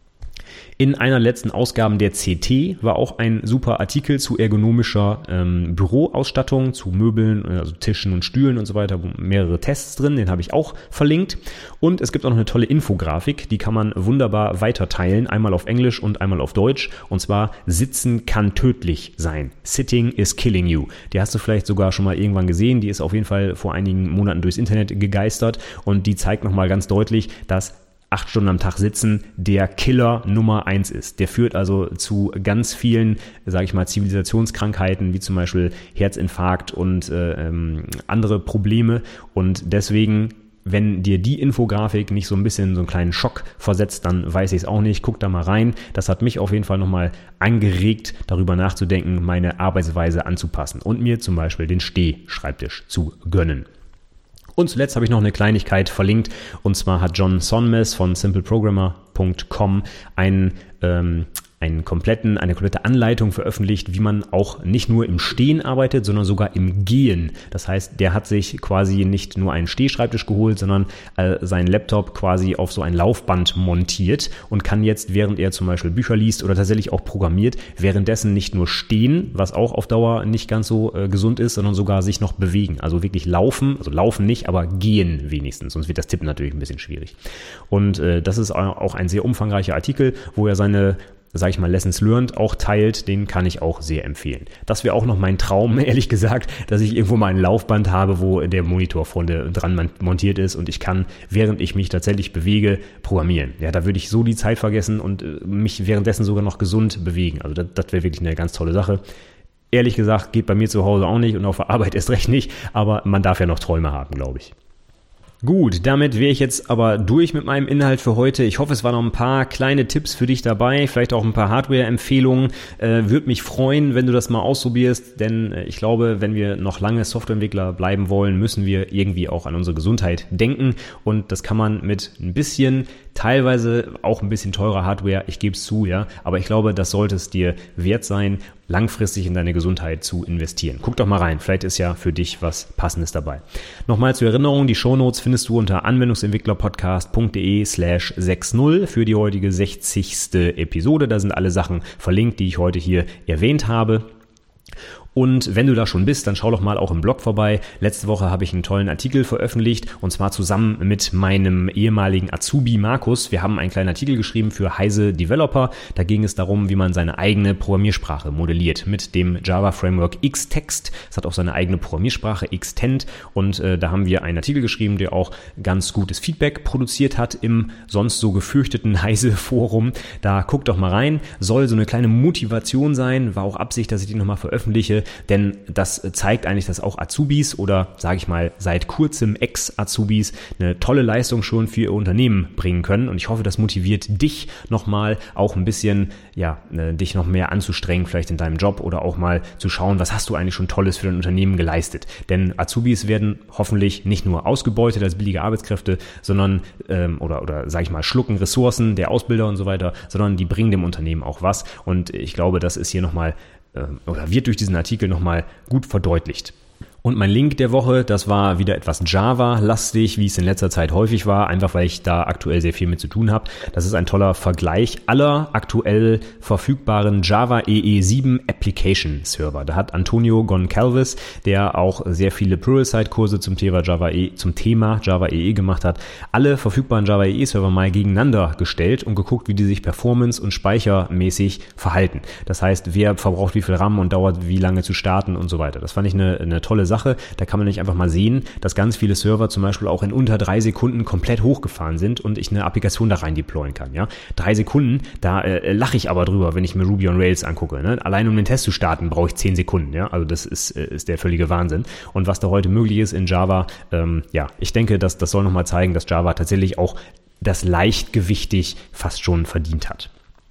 A: In einer letzten Ausgabe der C T war auch ein super Artikel zu ergonomischer ähm, Büroausstattung, zu Möbeln, also Tischen und Stühlen und so weiter, mehrere Tests drin, den habe ich auch verlinkt. Und es gibt auch noch eine tolle Infografik, die kann man wunderbar weiter teilen, einmal auf Englisch und einmal auf Deutsch. Und zwar, Sitzen kann tödlich sein. Sitting is killing you. Die hast du vielleicht sogar schon mal irgendwann gesehen, die ist auf jeden Fall vor einigen Monaten durchs Internet gegeistert und die zeigt nochmal ganz deutlich, dass acht Stunden am Tag sitzen der Killer Nummer eins ist. Der führt also zu ganz vielen, sage ich mal, Zivilisationskrankheiten, wie zum Beispiel Herzinfarkt und äh, ähm, andere Probleme. Und deswegen, wenn dir die Infografik nicht so ein bisschen so einen kleinen Schock versetzt, dann weiß ich es auch nicht. Guck da mal rein. Das hat mich auf jeden Fall nochmal angeregt, darüber nachzudenken, meine Arbeitsweise anzupassen und mir zum Beispiel den Stehschreibtisch zu gönnen. Und zuletzt habe ich noch eine Kleinigkeit verlinkt, und zwar hat John Sonmez von simple programmer punkt com einen ähm, einen kompletten, eine komplette Anleitung veröffentlicht, wie man auch nicht nur im Stehen arbeitet, sondern sogar im Gehen. Das heißt, der hat sich quasi nicht nur einen Stehschreibtisch geholt, sondern äh, seinen Laptop quasi auf so ein Laufband montiert und kann jetzt, während er zum Beispiel Bücher liest oder tatsächlich auch programmiert, währenddessen nicht nur stehen, was auch auf Dauer nicht ganz so äh, gesund ist, sondern sogar sich noch bewegen. Also wirklich laufen, also laufen nicht, aber gehen wenigstens. Sonst wird das Tippen natürlich ein bisschen schwierig. Und äh, das ist auch ein sehr umfangreicher Artikel, wo er seine sage ich mal, Lessons Learned auch teilt, den kann ich auch sehr empfehlen. Das wäre auch noch mein Traum, ehrlich gesagt, dass ich irgendwo mal ein Laufband habe, wo der Monitor vorne dran montiert ist und ich kann, während ich mich tatsächlich bewege, programmieren. Ja, da würde ich so die Zeit vergessen und mich währenddessen sogar noch gesund bewegen. Also das, das wäre wirklich eine ganz tolle Sache. Ehrlich gesagt, geht bei mir zu Hause auch nicht und auf der Arbeit erst recht nicht, aber man darf ja noch Träume haben, glaube ich. Gut, damit wäre ich jetzt aber durch mit meinem Inhalt für heute. Ich hoffe, es waren noch ein paar kleine Tipps für dich dabei, vielleicht auch ein paar Hardware-Empfehlungen. Äh, würde mich freuen, wenn du das mal ausprobierst, denn äh, ich glaube, wenn wir noch lange Softwareentwickler bleiben wollen, müssen wir irgendwie auch an unsere Gesundheit denken und das kann man mit ein bisschen, teilweise auch ein bisschen teurer Hardware, ich gebe es zu, ja, aber ich glaube, das sollte es dir wert sein, langfristig in deine Gesundheit zu investieren. Guck doch mal rein, vielleicht ist ja für dich was Passendes dabei. Nochmal zur Erinnerung, die Shownotes findest du unter anwendungsentwicklerpodcast.de slash sechzig für die heutige sechzigste Episode. Da sind alle Sachen verlinkt, die ich heute hier erwähnt habe. Und wenn du da schon bist, dann schau doch mal auch im Blog vorbei. Letzte Woche habe ich einen tollen Artikel veröffentlicht und zwar zusammen mit meinem ehemaligen Azubi Markus. Wir haben einen kleinen Artikel geschrieben für Heise Developer. Da ging es darum, wie man seine eigene Programmiersprache modelliert mit dem Java Framework Xtext. Es hat auch seine eigene Programmiersprache Xtend und äh, da haben wir einen Artikel geschrieben, der auch ganz gutes Feedback produziert hat im sonst so gefürchteten Heise Forum. Da guck doch mal rein. Soll so eine kleine Motivation sein. War auch Absicht, dass ich die nochmal veröffentliche. Denn das zeigt eigentlich, dass auch Azubis oder, sage ich mal, seit kurzem Ex-Azubis eine tolle Leistung schon für ihr Unternehmen bringen können. Und ich hoffe, das motiviert dich nochmal auch ein bisschen, ja, dich noch mehr anzustrengen, vielleicht in deinem Job oder auch mal zu schauen, was hast du eigentlich schon Tolles für dein Unternehmen geleistet. Denn Azubis werden hoffentlich nicht nur ausgebeutet als billige Arbeitskräfte, sondern, ähm, oder, oder sage ich mal, schlucken Ressourcen der Ausbilder und so weiter, sondern die bringen dem Unternehmen auch was. Und ich glaube, das ist hier nochmal oder wird durch diesen Artikel nochmal gut verdeutlicht. Und mein Link der Woche, das war wieder etwas Java-lastig, wie es in letzter Zeit häufig war, einfach weil ich da aktuell sehr viel mit zu tun habe. Das ist ein toller Vergleich aller aktuell verfügbaren Java E E sieben Application Server. Da hat Antonio Goncalves, der auch sehr viele Pluralsight-Kurse zum Thema Java E E, zum Thema Java E E gemacht hat, alle verfügbaren Java E E Server mal gegeneinander gestellt und geguckt, wie die sich performance- und speichermäßig verhalten. Das heißt, wer verbraucht wie viel RAM und dauert wie lange zu starten und so weiter. Das fand ich eine, eine tolle Sache. Sache. Da kann man nicht einfach mal sehen, dass ganz viele Server zum Beispiel auch in unter drei Sekunden komplett hochgefahren sind und ich eine Applikation da rein deployen kann. Ja, drei Sekunden, da äh, lache ich aber drüber, wenn ich mir Ruby on Rails angucke. Ne? Allein um den Test zu starten, brauche ich zehn Sekunden. Ja, also das ist, äh, ist der völlige Wahnsinn. Und was da heute möglich ist in Java, ähm, ja, ich denke, dass das soll nochmal zeigen, dass Java tatsächlich auch das leichtgewichtig fast schon verdient hat.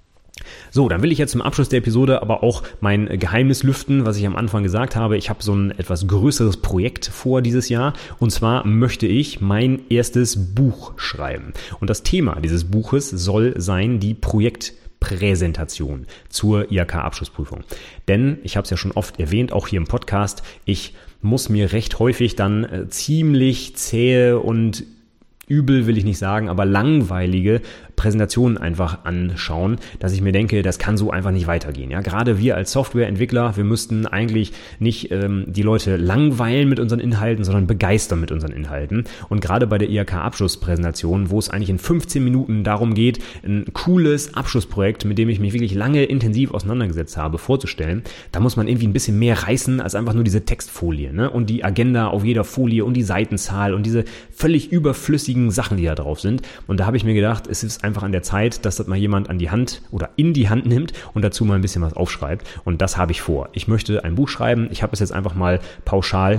A: So, dann will ich jetzt zum Abschluss der Episode aber auch mein Geheimnis lüften, was ich am Anfang gesagt habe. Ich habe so ein etwas größeres Projekt vor dieses Jahr und zwar möchte ich mein erstes Buch schreiben. Und das Thema dieses Buches soll sein die Projektpräsentation zur I H K-Abschlussprüfung. Denn, ich habe es ja schon oft erwähnt, auch hier im Podcast, ich muss mir recht häufig dann äh, ziemlich zähe und übel will ich nicht sagen, aber langweilige Präsentationen einfach anschauen, dass ich mir denke, das kann so einfach nicht weitergehen. Ja, gerade wir als Softwareentwickler, wir müssten eigentlich nicht ähm, die Leute langweilen mit unseren Inhalten, sondern begeistern mit unseren Inhalten. Und gerade bei der I H K-Abschlusspräsentation, wo es eigentlich in fünfzehn Minuten darum geht, ein cooles Abschlussprojekt, mit dem ich mich wirklich lange intensiv auseinandergesetzt habe, vorzustellen, da muss man irgendwie ein bisschen mehr reißen als einfach nur diese Textfolie, ne? Und die Agenda auf jeder Folie und die Seitenzahl und diese völlig überflüssigen Sachen, die da drauf sind. Und da habe ich mir gedacht, es ist einfach an der Zeit, dass das mal jemand an die Hand oder in die Hand nimmt und dazu mal ein bisschen was aufschreibt. Und das habe ich vor. Ich möchte ein Buch schreiben. Ich habe es jetzt einfach mal pauschal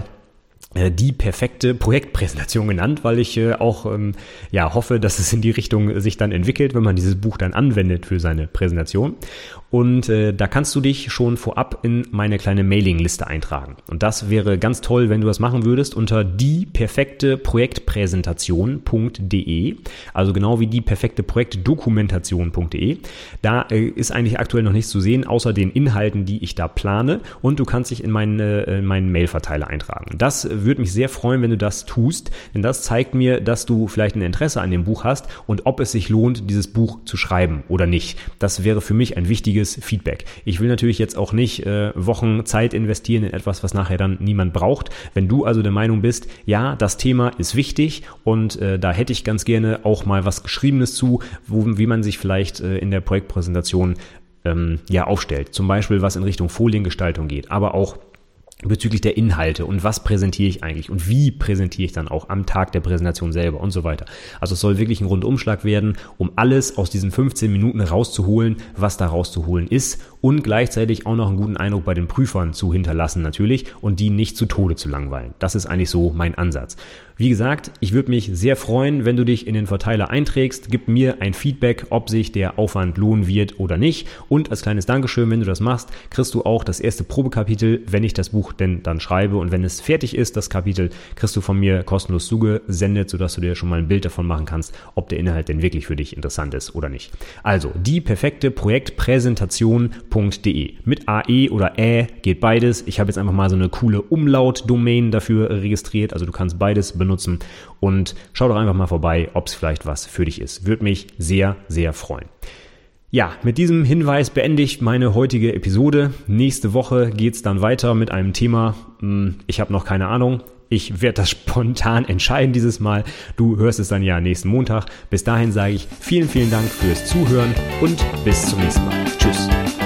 A: die perfekte Projektpräsentation genannt, weil ich äh, auch ähm, ja hoffe, dass es in die Richtung sich dann entwickelt, wenn man dieses Buch dann anwendet für seine Präsentation. Und äh, da kannst du dich schon vorab in meine kleine Mailingliste eintragen. Und das wäre ganz toll, wenn du das machen würdest unter die perfekte Projektpräsentation punkt de, also genau wie die perfekte Projektdokumentation punkt de. Da äh, ist eigentlich aktuell noch nichts zu sehen, außer den Inhalten, die ich da plane. Und du kannst dich in meinen, äh, in meinen Mailverteiler eintragen. Das würde mich sehr freuen, wenn du das tust, denn das zeigt mir, dass du vielleicht ein Interesse an dem Buch hast und ob es sich lohnt, dieses Buch zu schreiben oder nicht. Das wäre für mich ein wichtiges Feedback. Ich will natürlich jetzt auch nicht äh, Wochen Zeit investieren in etwas, was nachher dann niemand braucht. Wenn du also der Meinung bist, ja, das Thema ist wichtig und äh, da hätte ich ganz gerne auch mal was Geschriebenes zu, wo, wie man sich vielleicht äh, in der Projektpräsentation ähm, ja aufstellt. Zum Beispiel, was in Richtung Foliengestaltung geht, aber auch bezüglich der Inhalte und was präsentiere ich eigentlich und wie präsentiere ich dann auch am Tag der Präsentation selber und so weiter. Also es soll wirklich ein Rundumschlag werden, um alles aus diesen fünfzehn Minuten rauszuholen, was da rauszuholen ist und gleichzeitig auch noch einen guten Eindruck bei den Prüfern zu hinterlassen natürlich und die nicht zu Tode zu langweilen. Das ist eigentlich so mein Ansatz. Wie gesagt, ich würde mich sehr freuen, wenn du dich in den Verteiler einträgst. Gib mir ein Feedback, ob sich der Aufwand lohnen wird oder nicht. Und als kleines Dankeschön, wenn du das machst, kriegst du auch das erste Probekapitel, wenn ich das Buch denn dann schreibe. Und wenn es fertig ist, das Kapitel, kriegst du von mir kostenlos zugesendet, sodass du dir schon mal ein Bild davon machen kannst, ob der Inhalt denn wirklich für dich interessant ist oder nicht. Also, die perfekte Projektpräsentation punkt de. Mit A E oder Ä geht beides. Ich habe jetzt einfach mal so eine coole Umlaut-Domain dafür registriert. Also du kannst beides benutzen und schau doch einfach mal vorbei, ob es vielleicht was für dich ist. Würde mich sehr, sehr freuen. Ja, mit diesem Hinweis beende ich meine heutige Episode. Nächste Woche geht's dann weiter mit einem Thema, ich habe noch keine Ahnung. Ich werde das spontan entscheiden dieses Mal. Du hörst es dann ja nächsten Montag. Bis dahin sage ich vielen, vielen Dank fürs Zuhören und bis zum nächsten Mal. Tschüss.